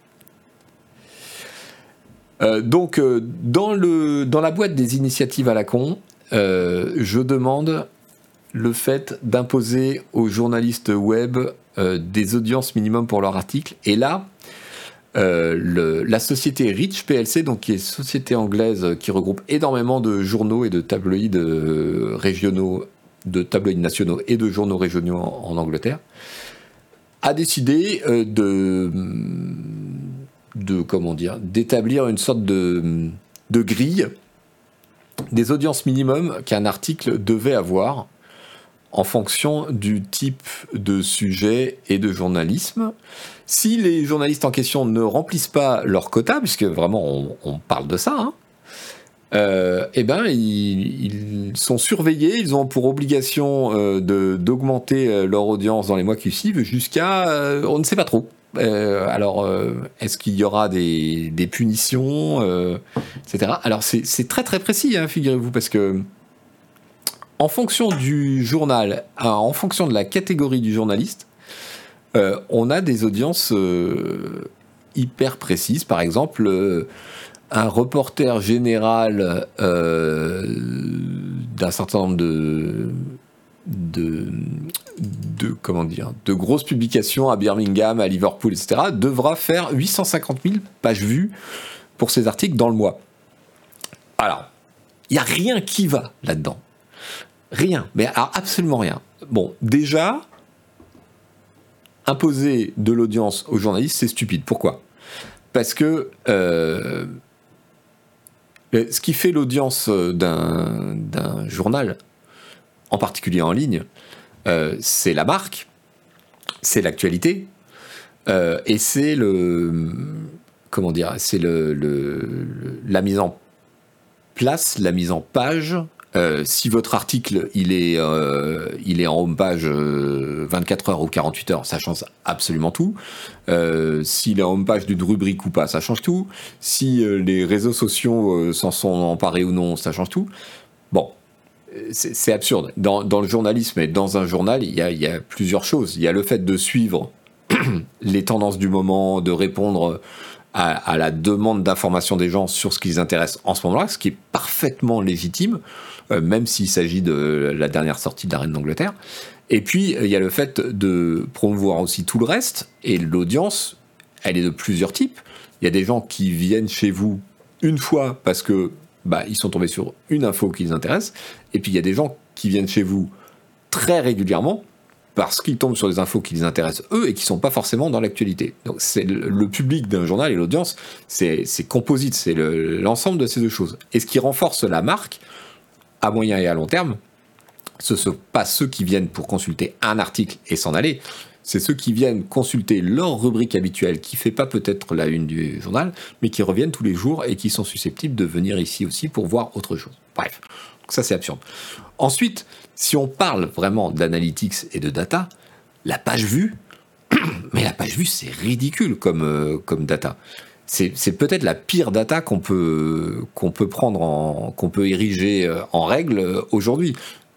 Euh, donc, euh, dans, le, dans la boîte des initiatives à la con, euh, je demande le fait d'imposer aux journalistes web euh, des audiences minimum pour leurs articles. Et là, euh, le, la société Reach P L C, donc qui est une société anglaise qui regroupe énormément de journaux et de tabloïds euh, régionaux, de tabloïds nationaux et de journaux régionaux en, en Angleterre, a décidé euh, de... de comment dire, d'établir une sorte de, de grille des audiences minimum qu'un article devait avoir en fonction du type de sujet et de journalisme. Si les journalistes en question ne remplissent pas leur quota, puisque vraiment on, on parle de ça, hein, euh, eh ben ils, ils sont surveillés, ils ont pour obligation euh, de, d'augmenter leur audience dans les mois qui suivent jusqu'à, euh, on ne sait pas trop. Euh, alors, euh, est-ce qu'il y aura des, des punitions, euh, et cetera. Alors c'est, c'est très très précis, hein, figurez-vous, parce que en fonction du journal, en fonction de la catégorie du journaliste, euh, on a des audiences euh, hyper précises. Par exemple, euh, un reporter général euh, d'un certain nombre de, de, de, comment dire, de grosses publications à Birmingham, à Liverpool, et cetera, devra faire huit cent cinquante mille pages vues pour ses articles dans le mois. Alors, il n'y a rien qui va là-dedans. Rien, mais alors absolument rien. Bon, déjà, imposer de l'audience aux journalistes, c'est stupide. Pourquoi ? Parce que euh, ce qui fait l'audience d'un, d'un journal, en particulier en ligne, euh, c'est la marque, c'est l'actualité, euh, et c'est le, comment dire, c'est le, le, la mise en place, la mise en page. Euh, si votre article il est, euh, il est en home page euh, vingt-quatre heures ou quarante-huit heures, ça change absolument tout. Euh, S'il est en home page d'une rubrique ou pas, ça change tout. Si euh, les réseaux sociaux euh, s'en sont emparés ou non, ça change tout. Bon, c'est, c'est absurde. Dans, dans le journalisme et dans un journal, il y a, il y a plusieurs choses. Il y a le fait de suivre les tendances du moment, de répondre à, à la demande d'information des gens sur ce qui les intéresse en ce moment-là, ce qui est parfaitement légitime, euh, même s'il s'agit de la dernière sortie de la Reine d'Angleterre. Et puis, il y a le fait de promouvoir aussi tout le reste, et l'audience, elle est de plusieurs types. Il y a des gens qui viennent chez vous une fois parce que bah, ils sont tombés sur une info qui les intéresse, et puis il y a des gens qui viennent chez vous très régulièrement parce qu'ils tombent sur des infos qui les intéressent eux et qui ne sont pas forcément dans l'actualité. Donc c'est le, le public d'un journal et l'audience, c'est, c'est composite, c'est le, l'ensemble de ces deux choses. Et ce qui renforce la marque, à moyen et à long terme, ce ne sont pas ceux qui viennent pour consulter un article et s'en aller, c'est ceux qui viennent consulter leur rubrique habituelle, qui ne fait pas peut-être la une du journal, mais qui reviennent tous les jours et qui sont susceptibles de venir ici aussi pour voir autre chose. Bref, donc ça c'est absurde. Ensuite, si on parle vraiment d'analytics et de data, la page vue, mais la page vue c'est ridicule comme, euh, comme data. C'est, c'est peut-être la pire data qu'on peut, qu'on peut prendre, en, qu'on peut ériger en règle aujourd'hui.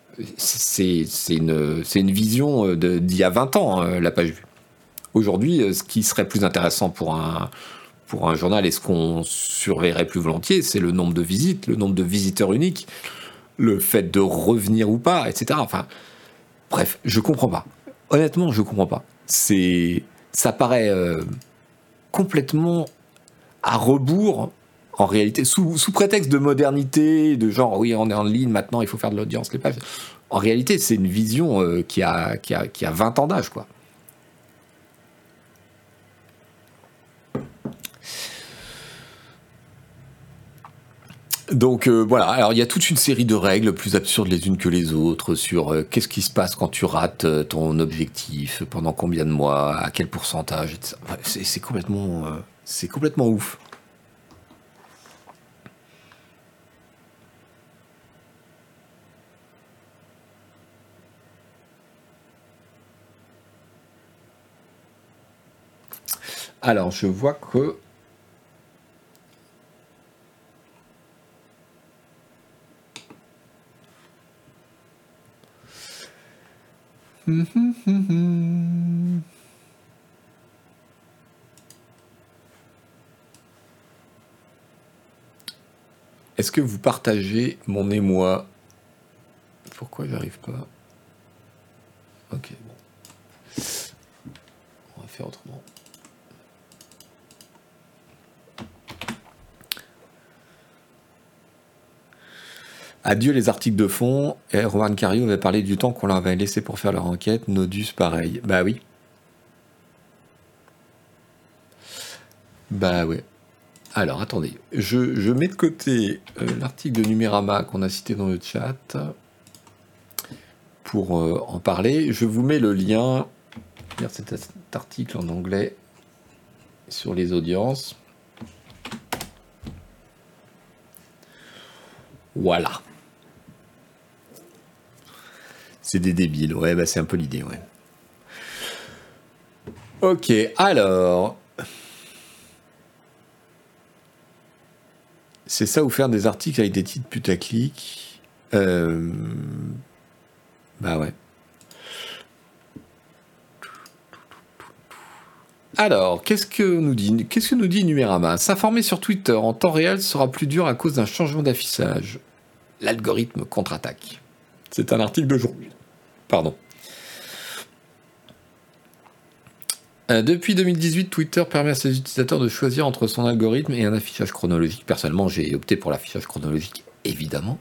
C'est, c'est, une, c'est une vision de, d'il y a vingt ans, la page vue. Aujourd'hui, ce qui serait plus intéressant pour un, pour un journal et ce qu'on surveillerait plus volontiers, c'est le nombre de visites, le nombre de visiteurs uniques, le fait de revenir ou pas, et cetera. Enfin, bref, je comprends pas. Honnêtement, je comprends pas. C'est, ça paraît euh, complètement à rebours, en réalité, sous, sous prétexte de modernité, de genre, oui, on est en ligne, maintenant, il faut faire de l'audience, les pages. En réalité, c'est une vision euh, qui, a, qui, a, qui a vingt ans d'âge, quoi. Donc euh, voilà, alors il y a toute une série de règles plus absurdes les unes que les autres sur euh, qu'est-ce qui se passe quand tu rates euh, ton objectif, pendant combien de mois, à quel pourcentage, et cetera. Enfin, c'est, c'est complètement, euh, c'est complètement ouf. Alors je vois que est-ce que vous partagez mon émoi? Pourquoi j'arrive pas? Ok, bon. On va faire autrement. Adieu les articles de fond. Et Roman Cario avait parlé du temps qu'on leur avait laissé pour faire leur enquête. Nodus, pareil. Bah oui. Bah ouais. Alors, attendez. Je, je mets de côté euh, l'article de Numérama qu'on a cité dans le chat pour euh, en parler. Je vous mets le lien vers cet article en anglais sur les audiences. Voilà. C'est des débiles, ouais, bah c'est un peu l'idée, ouais. Ok, alors... C'est ça ou faire des articles avec des titres putaclic. Euh... Bah ouais. Alors, qu'est-ce que nous dit, qu'est-ce que nous dit Numérama ? S'informer sur Twitter en temps réel sera plus dur à cause d'un changement d'affichage. L'algorithme contre-attaque. C'est un article d'aujourd'hui. Pardon. Euh, depuis deux mille dix-huit, Twitter permet à ses utilisateurs de choisir entre son algorithme et un affichage chronologique. Personnellement, j'ai opté pour l'affichage chronologique, évidemment.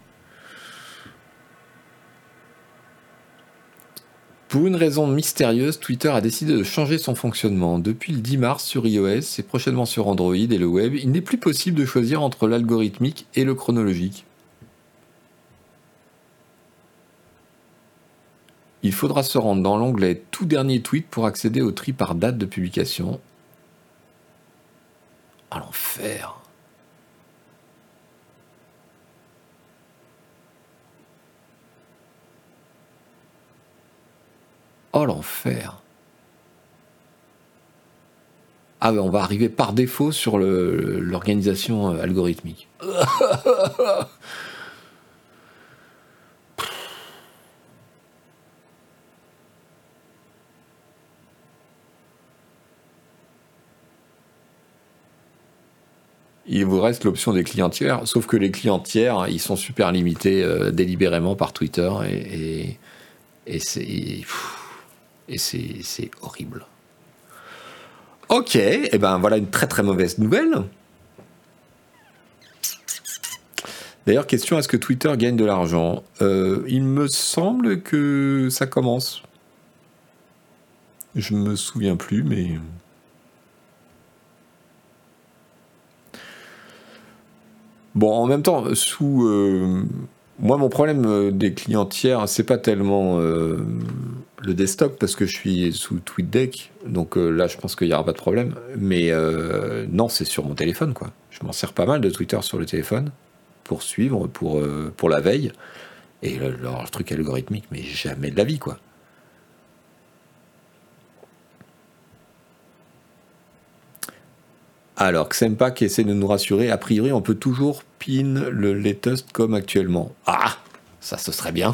Pour une raison mystérieuse, Twitter a décidé de changer son fonctionnement. Depuis le dix mars sur iOS et prochainement sur Android et le web, il n'est plus possible de choisir entre l'algorithmique et le chronologique. Il faudra se rendre dans l'onglet « Tout dernier tweet » pour accéder au tri par date de publication. Ah, l'enfer. Oh, l'enfer. Ah, ben on va arriver par défaut sur le, l'organisation algorithmique. Il vous reste l'option des clients tiers, sauf que les clients tiers, ils sont super limités euh, délibérément par Twitter et, et, et c'est et c'est, c'est horrible. Ok, et eh ben voilà une très très mauvaise nouvelle. D'ailleurs, question, est-ce que Twitter gagne de l'argent ? euh, Il me semble que ça commence. Je me souviens plus, mais... Bon, en même temps, sous... Euh, moi, mon problème des clients tiers, c'est pas tellement euh, le desktop, parce que je suis sous TweetDeck, donc euh, là, je pense qu'il n'y aura pas de problème. Mais euh, non, c'est sur mon téléphone, quoi. Je m'en sers pas mal de Twitter sur le téléphone, pour suivre, pour, euh, pour la veille. Et le, le truc algorithmique, mais jamais de la vie, quoi. Alors, Xempak essaie de nous rassurer. A priori, on peut toujours pin le latest comme actuellement. Ah, ça, ce serait bien.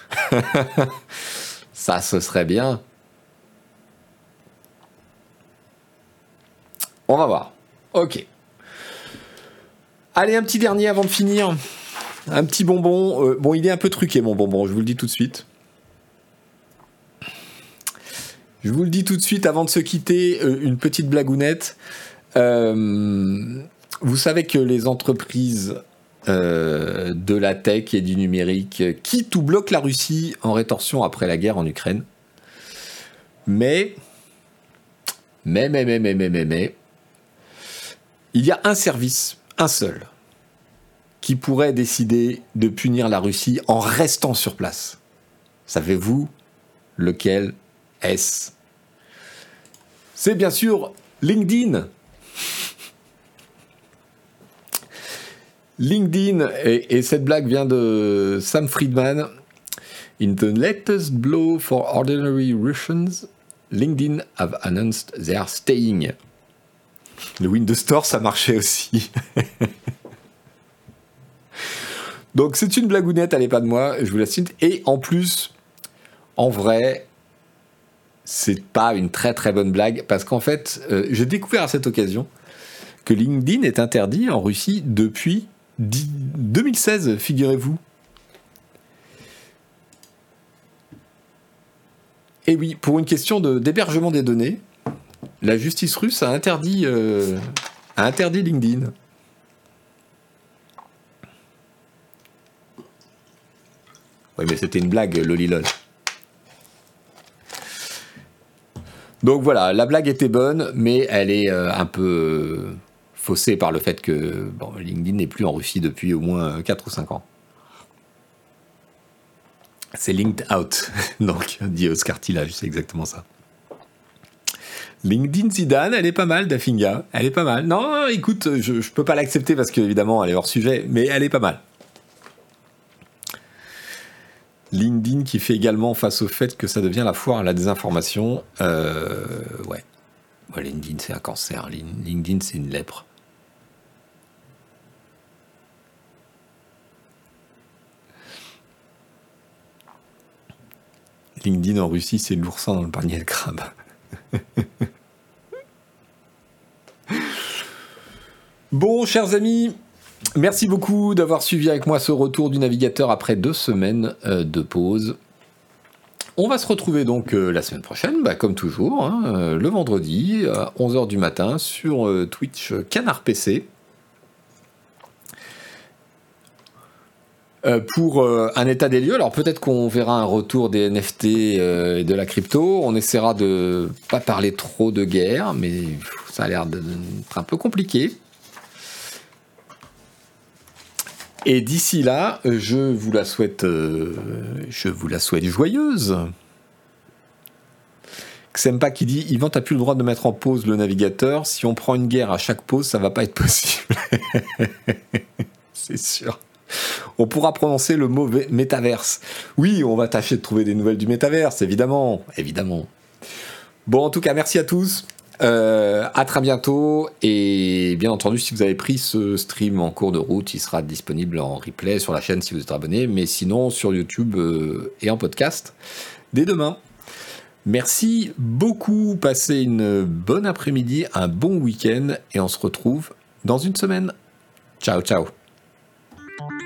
Ça, ce serait bien. On va voir. Ok. Allez, un petit dernier avant de finir. Un petit bonbon. Euh, bon, il est un peu truqué, mon bonbon, je vous le dis tout de suite. Je vous le dis tout de suite, avant de se quitter, euh, une petite blagounette. Euh, vous savez que les entreprises euh, de la tech et du numérique quittent ou bloquent la Russie en rétorsion après la guerre en Ukraine. Mais, mais, mais, mais, mais, mais, mais, mais, il y a un service, un seul, qui pourrait décider de punir la Russie en restant sur place. Savez-vous lequel est-ce ? C'est bien sûr LinkedIn. LinkedIn, et, et cette blague vient de Sam Friedman. In the latest blow for ordinary Russians, LinkedIn have announced they are staying. Le Windows Store, ça marchait aussi. Donc c'est une blagounette, elle n'est pas de moi, je vous la cite. Et en plus, en vrai, c'est pas une très très bonne blague, parce qu'en fait, euh, j'ai découvert à cette occasion que LinkedIn est interdit en Russie depuis deux mille seize, figurez-vous. Et oui, pour une question de, d'hébergement des données, la justice russe a interdit, euh, a interdit LinkedIn. Oui, mais c'était une blague, lolilol. Donc voilà, la blague était bonne, mais elle est euh, un peu euh, faussée par le fait que bon, LinkedIn n'est plus en Russie depuis au moins quatre ou cinq ans. C'est linked out, donc, dit Oscar Tillage, c'est exactement ça. LinkedIn Zidane, elle est pas mal, Dafinga. Elle est pas mal. Non, écoute, je, je peux pas l'accepter parce qu'évidemment, elle est hors sujet, mais elle est pas mal. LinkedIn qui fait également face au fait que ça devient la foire à la désinformation. Euh, ouais. ouais. LinkedIn, c'est un cancer. LinkedIn, c'est une lèpre. LinkedIn en Russie, c'est l'oursin dans le panier de crabe. Bon, chers amis, merci beaucoup d'avoir suivi avec moi ce retour du navigateur après deux semaines euh, de pause. On va se retrouver donc euh, la semaine prochaine, bah, comme toujours, hein, euh, le vendredi à onze heures du matin sur euh, Twitch euh, Canard P C. Euh, pour euh, un état des lieux. Alors peut-être qu'on verra un retour des N F T euh, et de la crypto. On essaiera de pas parler trop de guerre, mais ça a l'air d'être un peu compliqué. Et d'ici là, je vous la souhaite, euh, je vous la souhaite joyeuse. Xempa qui dit, Yvan, t'as plus le droit de mettre en pause le navigateur. Si on prend une guerre à chaque pause, ça va pas être possible. C'est sûr. On pourra prononcer le mot métaverse. Oui, on va tâcher de trouver des nouvelles du métaverse, évidemment, évidemment. Bon, en tout cas, merci à tous. Euh, à très bientôt. Et bien entendu, si vous avez pris ce stream en cours de route, il sera disponible en replay sur la chaîne si vous êtes abonné, mais sinon sur YouTube euh, et en podcast dès demain. Merci beaucoup. Passez une bonne après-midi, un bon week-end et on se retrouve dans une semaine. Ciao, ciao.